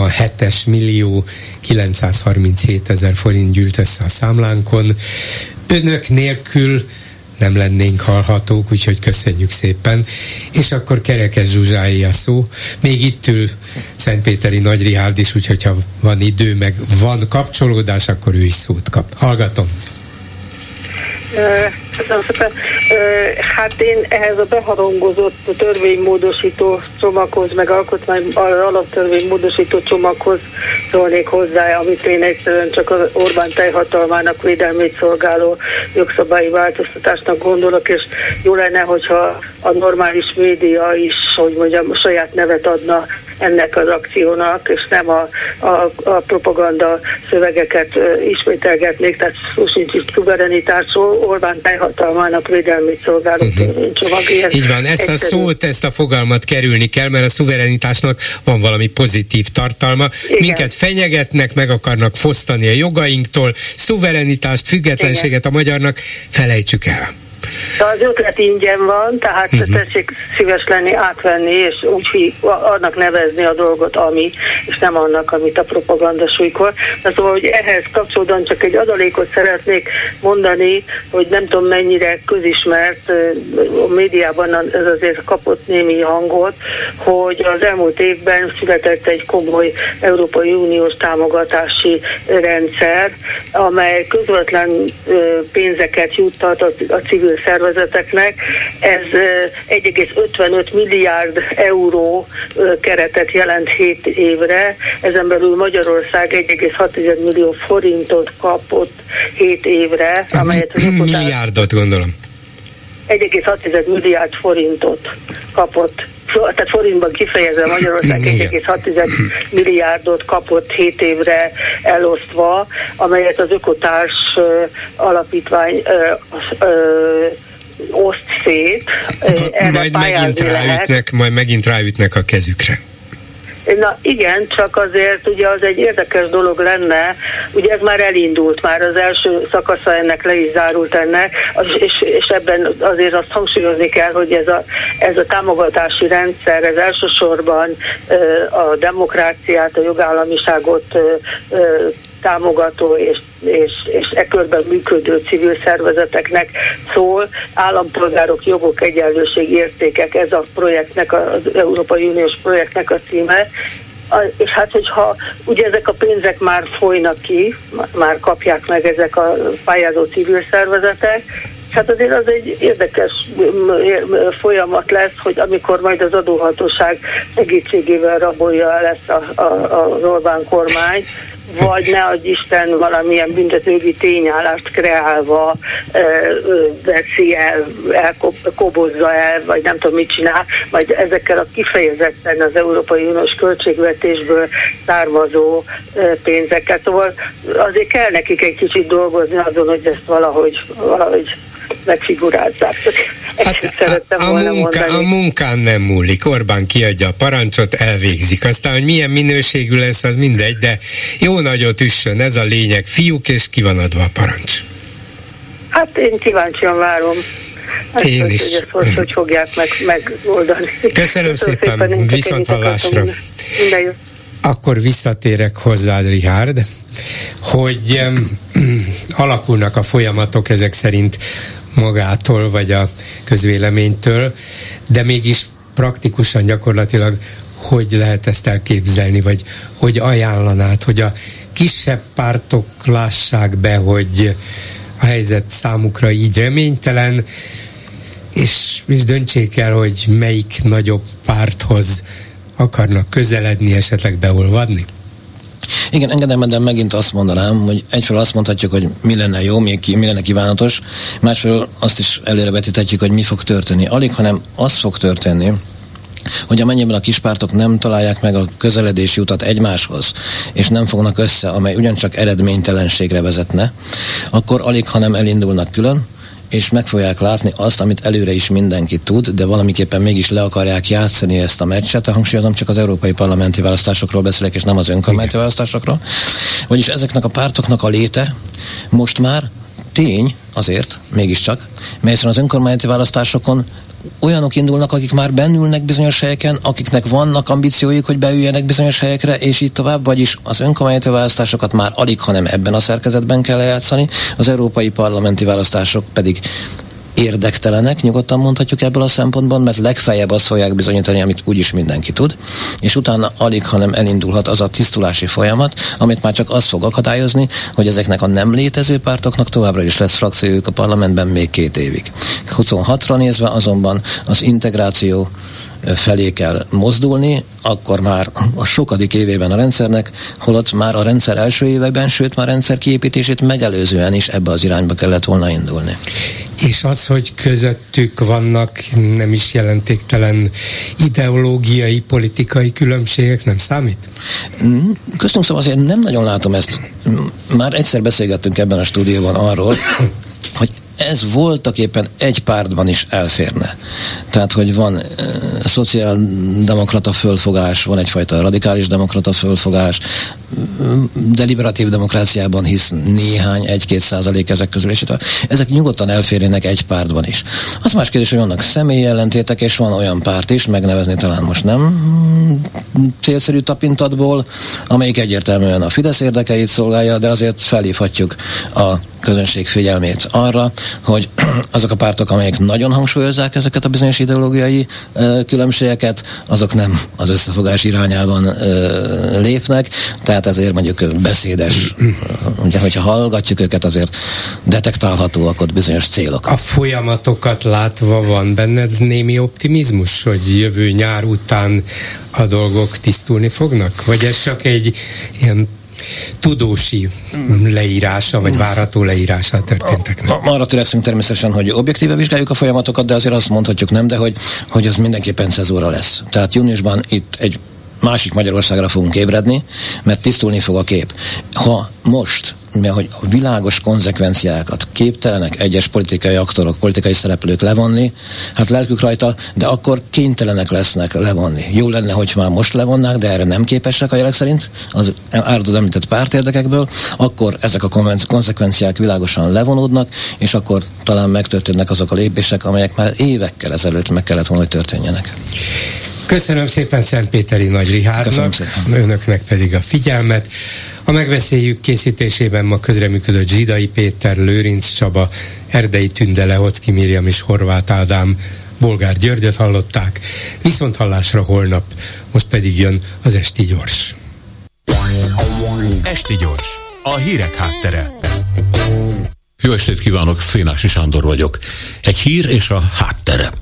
67.937.000 forint gyűlt össze a számlánkon. Önök nélkül nem lennénk hallhatók, úgyhogy köszönjük szépen. És akkor Kerekes Zsuzsáé a szó. Még itt ül Szentpéteri Nagy Rihárd is, úgyhogy ha van idő, meg van kapcsolódás, akkor ő is szót kap. Hallgatom. Köszönöm szépen. Hát én ehhez a beharangozott törvénymódosító csomaghoz, meg alaptörvénymódosító csomaghoz szólnék hozzá, amit én egyszerűen csak az Orbán teljhatalmának védelmét szolgáló jogszabályi változtatásnak gondolok, és jó lenne, hogyha a normális média is, hogy mondjam, saját nevet adna ennek az akciónak, és nem a propaganda szövegeket ismételgetnék, tehát szó sincs is szuverenitásról, Orbán teljhatalmának védelmét szolgáló törvénycsomag. Így van, ezt a fogalmat kerülni kell, mert a szuverenitásnak van valami pozitív tartalma. Igen. Minket fenyegetnek, meg akarnak fosztani a jogainktól, szuverenitást, függetlenséget a magyarnak, felejtsük el. Az ötlet ingyen van, tehát tessék szíves lenni, átvenni, és úgy annak nevezni a dolgot, ami, és nem annak, amit a propaganda súlykor. De szóval, hogy ehhez kapcsolódóan csak egy adalékot szeretnék mondani, hogy nem tudom mennyire közismert, a médiában ez azért kapott némi hangot, hogy az elmúlt évben született egy komoly Európai Uniós támogatási rendszer, amely közvetlen pénzeket juttat a civil szervezeteknek. Ez 1,55 milliárd euró keretet jelent 7 évre, ezen belül Magyarország 1,6 millió forintot kapott 7 évre, amelyet az milliárdot gondolom. 1,6 milliárd forintot kapott. Tehát forintban kifejezve Magyarország 1,6 milliárdot kapott 7 évre elosztva, amelyet az Ökotárs alapítvány oszt szét. Majd megint ráütnek a kezükre. Na igen, csak azért ugye az egy érdekes dolog lenne, ugye ez már elindult, már az első szakasza ennek le is zárult ennek, és ebben azért azt hangsúlyozni kell, hogy ez a támogatási rendszer, ez elsősorban a demokráciát, a jogállamiságot támogató és e körben működő civil szervezeteknek szól, állampolgárok, jogok, egyenlőség, értékek, ez a projektnek, az Európai Uniós projektnek a címe. És hát, hogyha ugye ezek a pénzek már folynak ki, már kapják meg ezek a pályázó civil szervezetek, hát azért az egy érdekes folyamat lesz, hogy amikor majd az adóhatóság segítségével rabolja el ezt az Orbán kormány, vagy ne adj Isten valamilyen büntetőjogi tényállást kreálva veszi el, kobozza el, vagy nem tudom mit csinál, majd ezekkel a kifejezetten az Európai Uniós költségvetésből származó pénzekkel. Szóval azért kell nekik egy kicsit dolgozni azon, hogy ezt valahogy megfigurázzák. A munkán nem múlik. Orbán kiadja a parancsot, elvégzik. Aztán, hogy milyen minőségű lesz, az mindegy, de jó nagyot üssön, ez a lényeg. Fiúk, és ki van adva a parancs. Hát én kíváncsian várom. Én is. Hogy fogják megoldani. Köszönöm szépen, viszonthallásra. Akkor visszatérek hozzád, Richárd, hogy alakulnak a folyamatok ezek szerint magától, vagy a közvéleménytől, de mégis praktikusan gyakorlatilag hogy lehet ezt elképzelni, vagy hogy ajánlanád, hogy a kisebb pártok lássák be, hogy a helyzet számukra így reménytelen, és döntsék el, hogy melyik nagyobb párthoz akarnak közeledni, esetleg beolvadni? Igen, engedem, megint azt mondanám, hogy egyfelől azt mondhatjuk, hogy mi lenne jó, mi lenne kívánatos, másfelől azt is előrevetíthetjük, hogy mi fog történni. Alig, hanem az fog történni, hogy amennyiben a kispártok nem találják meg a közeledési utat egymáshoz, és nem fognak össze, amely ugyancsak eredménytelenségre vezetne, akkor alig, hanem elindulnak külön, és meg fogják látni azt, amit előre is mindenki tud, de valamiképpen mégis le akarják játszani ezt a meccset. Hangsúlyozom, csak az európai parlamenti választásokról beszélek, és nem az önkormányzati választásokról. Vagyis ezeknek a pártoknak a léte most már tény azért, mégiscsak, mert az önkormányzati választásokon olyanok indulnak, akik már bennülnek bizonyos helyeken, akiknek vannak ambíciójuk, hogy beüljenek bizonyos helyekre, és így tovább, vagyis az önkormányzati választásokat már alig, hanem ebben a szerkezetben kell lejátszani, az európai parlamenti választások pedig érdektelenek, nyugodtan mondhatjuk ebből a szempontból, mert legfeljebb azt fogják bizonyítani, amit úgyis mindenki tud, és utána alig, hanem elindulhat az a tisztulási folyamat, amit már csak az fog akadályozni, hogy ezeknek a nem létező pártoknak továbbra is lesz frakciójuk a parlamentben még 2 évig. 26-ra nézve azonban az integráció felé kell mozdulni, akkor már a sokadik évében a rendszernek, holott már a rendszer első években, sőt már a rendszer kiépítését megelőzően is ebbe az irányba kellett volna indulni. És az, hogy közöttük vannak nem is jelentéktelen ideológiai, politikai különbségek, nem számít? Köztünk szóval azért nem nagyon látom ezt. Már egyszer beszélgettünk ebben a stúdióban arról, hogy ez voltaképpen egy pártban is elférne. Tehát, hogy van szociáldemokrata fölfogás, van egyfajta radikális demokrata fölfogás, deliberatív demokráciában hisz néhány, 1-2% ezek közül, és ezek nyugodtan elférnének egy pártban is. Az más kérdés, hogy vannak személyi ellentétek, és van olyan párt is, megnevezni talán most nem célszerű tapintatból, amelyik egyértelműen a Fidesz érdekeit szolgálja, de azért felhívhatjuk a közönség figyelmét arra, hogy azok a pártok, amelyek nagyon hangsúlyozzák ezeket a bizonyos ideológiai különbségeket, azok nem az összefogás irányában lépnek, tehát ezért mondjuk beszédes, ugye, hogyha hallgatjuk őket, azért detektálhatóak ott bizonyos célok. A folyamatokat látva van benned némi optimizmus, hogy jövő nyár után a dolgok tisztulni fognak? Vagy ez csak egy ilyen tudósi leírása, vagy várható leírása történteknek? Arra törekszünk természetesen, hogy objektíve vizsgáljuk a folyamatokat, de azért azt mondhatjuk nem, de hogy az mindenképpen cezúra lesz. Tehát júniusban itt egy másik Magyarországra fogunk ébredni, mert tisztulni fog a kép. Ha most, hogy a világos konzekvenciákat képtelenek egyes politikai aktorok, politikai szereplők levonni, hát lelkük rajta, de akkor kénytelenek lesznek levonni. Jó lenne, hogy már most levonnák, de erre nem képesek a jelek szerint, az áradod említett pártérdekekből, akkor ezek a konzekvenciák világosan levonódnak, és akkor talán megtörténnek azok a lépések, amelyek már évekkel ezelőtt meg kellett volna, hogy történjenek. Köszönöm szépen Szentpéteri Nagy Richárdnak, önöknek pedig a figyelmet. A Megbeszéljük készítésében ma közreműködött Zsidai Péter, Lőrinc Csaba, Erdei Tünde, Lehocki Miriam és Horváth Ádám, Bolgár Györgyöt hallották. Viszonthallásra holnap, most pedig jön az Esti Gyors. Esti Gyors, a hírek háttere. Jó estét kívánok, Szénási Sándor vagyok. Egy hír és a háttere.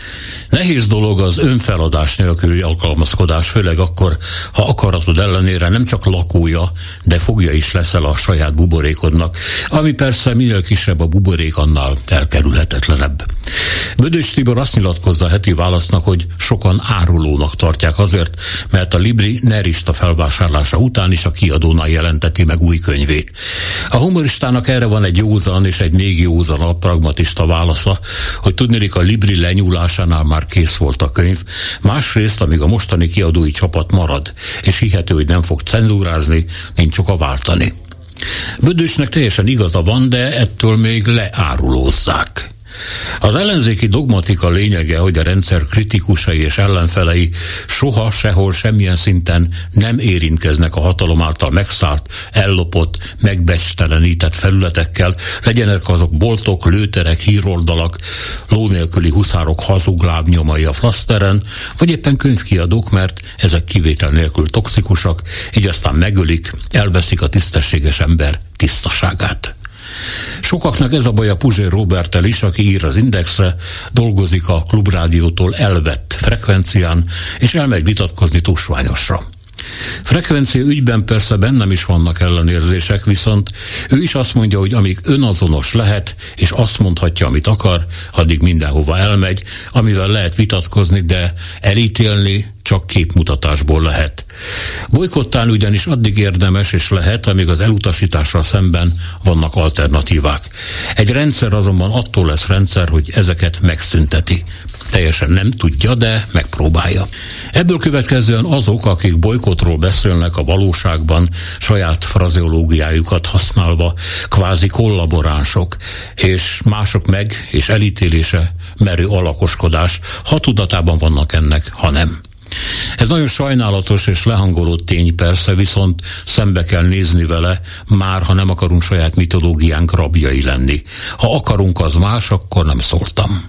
Nehéz dolog az önfeladás nélküli alkalmazkodás, főleg akkor, ha akaratod ellenére nem csak lakója, de fogja is leszel a saját buborékodnak, ami persze minél kisebb a buborék, annál elkerülhetetlenebb. Bödös Tibor azt nyilatkozza a Heti Válasznak, hogy sokan árulónak tartják azért, mert a Libri nerista felvásárlása után is a kiadónál jelenteti meg új könyvét. A humoristának erre van egy józan és egy még józanabb pragmatista válasza, hogy tudniillik a Libri lenyúlásánál már kész volt a könyv, másrészt, amíg a mostani kiadói csapat marad, és hihető, hogy nem fog cenzúrázni, nincs csak a váltani. Bödösnek teljesen igaza van, de ettől még leárulózzák. Az ellenzéki dogmatika lényege, hogy a rendszer kritikusai és ellenfelei soha, sehol, semmilyen szinten nem érintkeznek a hatalom által megszállt, ellopott, megbecstelenített felületekkel, legyenek azok boltok, lőterek, híroldalak, ló nélküli huszárok hazug lábnyomai a flaszteren, vagy éppen könyvkiadók, mert ezek kivétel nélkül toxikusak, így aztán megölik, elveszik a tisztességes ember tisztaságát. Sokaknak ez a baj a Puzsér Róberttel is, aki ír az Indexre, dolgozik a Klubrádiótól elvett frekvencián, és elmegy vitatkozni Tusványosra. Frekvencia ügyben persze bennem is vannak ellenérzések, viszont ő is azt mondja, hogy amíg önazonos lehet, és azt mondhatja, amit akar, addig mindenhova elmegy, amivel lehet vitatkozni, de elítélni csak képmutatásból lehet. Bojkottálni ugyanis addig érdemes és lehet, amíg az elutasítással szemben vannak alternatívák. Egy rendszer azonban attól lesz rendszer, hogy ezeket megszünteti. Teljesen nem tudja, de megpróbálja. Ebből következően azok, akik bojkottról beszélnek a valóságban, saját frazeológiájukat használva, kvázi kollaboránsok, és mások meg, és elítélése merő alakoskodás, ha tudatában vannak ennek, ha nem. Ez nagyon sajnálatos és lehangoló tény persze, viszont szembe kell nézni vele, már ha nem akarunk saját mitológiánk rabjai lenni. Ha akarunk, az más, akkor nem szóltam.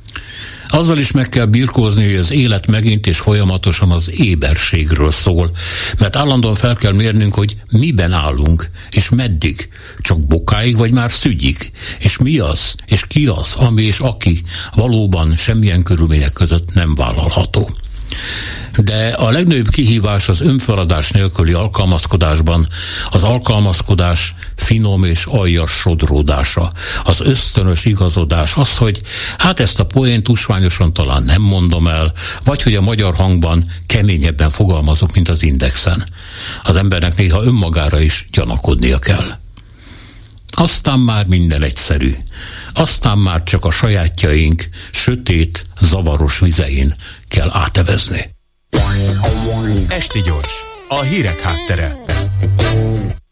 Azzal is meg kell birkózni, hogy az élet megint és folyamatosan az éberségről szól, mert állandóan fel kell mérnünk, hogy miben állunk, és meddig, csak bokáig vagy már szügyig, és mi az, és ki az, ami és aki valóban semmilyen körülmények között nem vállalható. De a legnagyobb kihívás az önfeladás nélküli alkalmazkodásban az alkalmazkodás finom és aljas sodródása, az ösztönös igazodás, az, hogy hát ezt a poént tusványosan talán nem mondom el, vagy hogy a Magyar Hangban keményebben fogalmazok, mint az Indexen. Az embernek néha önmagára is gyanakodnia kell. Aztán már minden egyszerű. aztán már csak a sajátjaink sötét, zavaros vizein kell átevezni. Esti Gyors, a hírek háttere.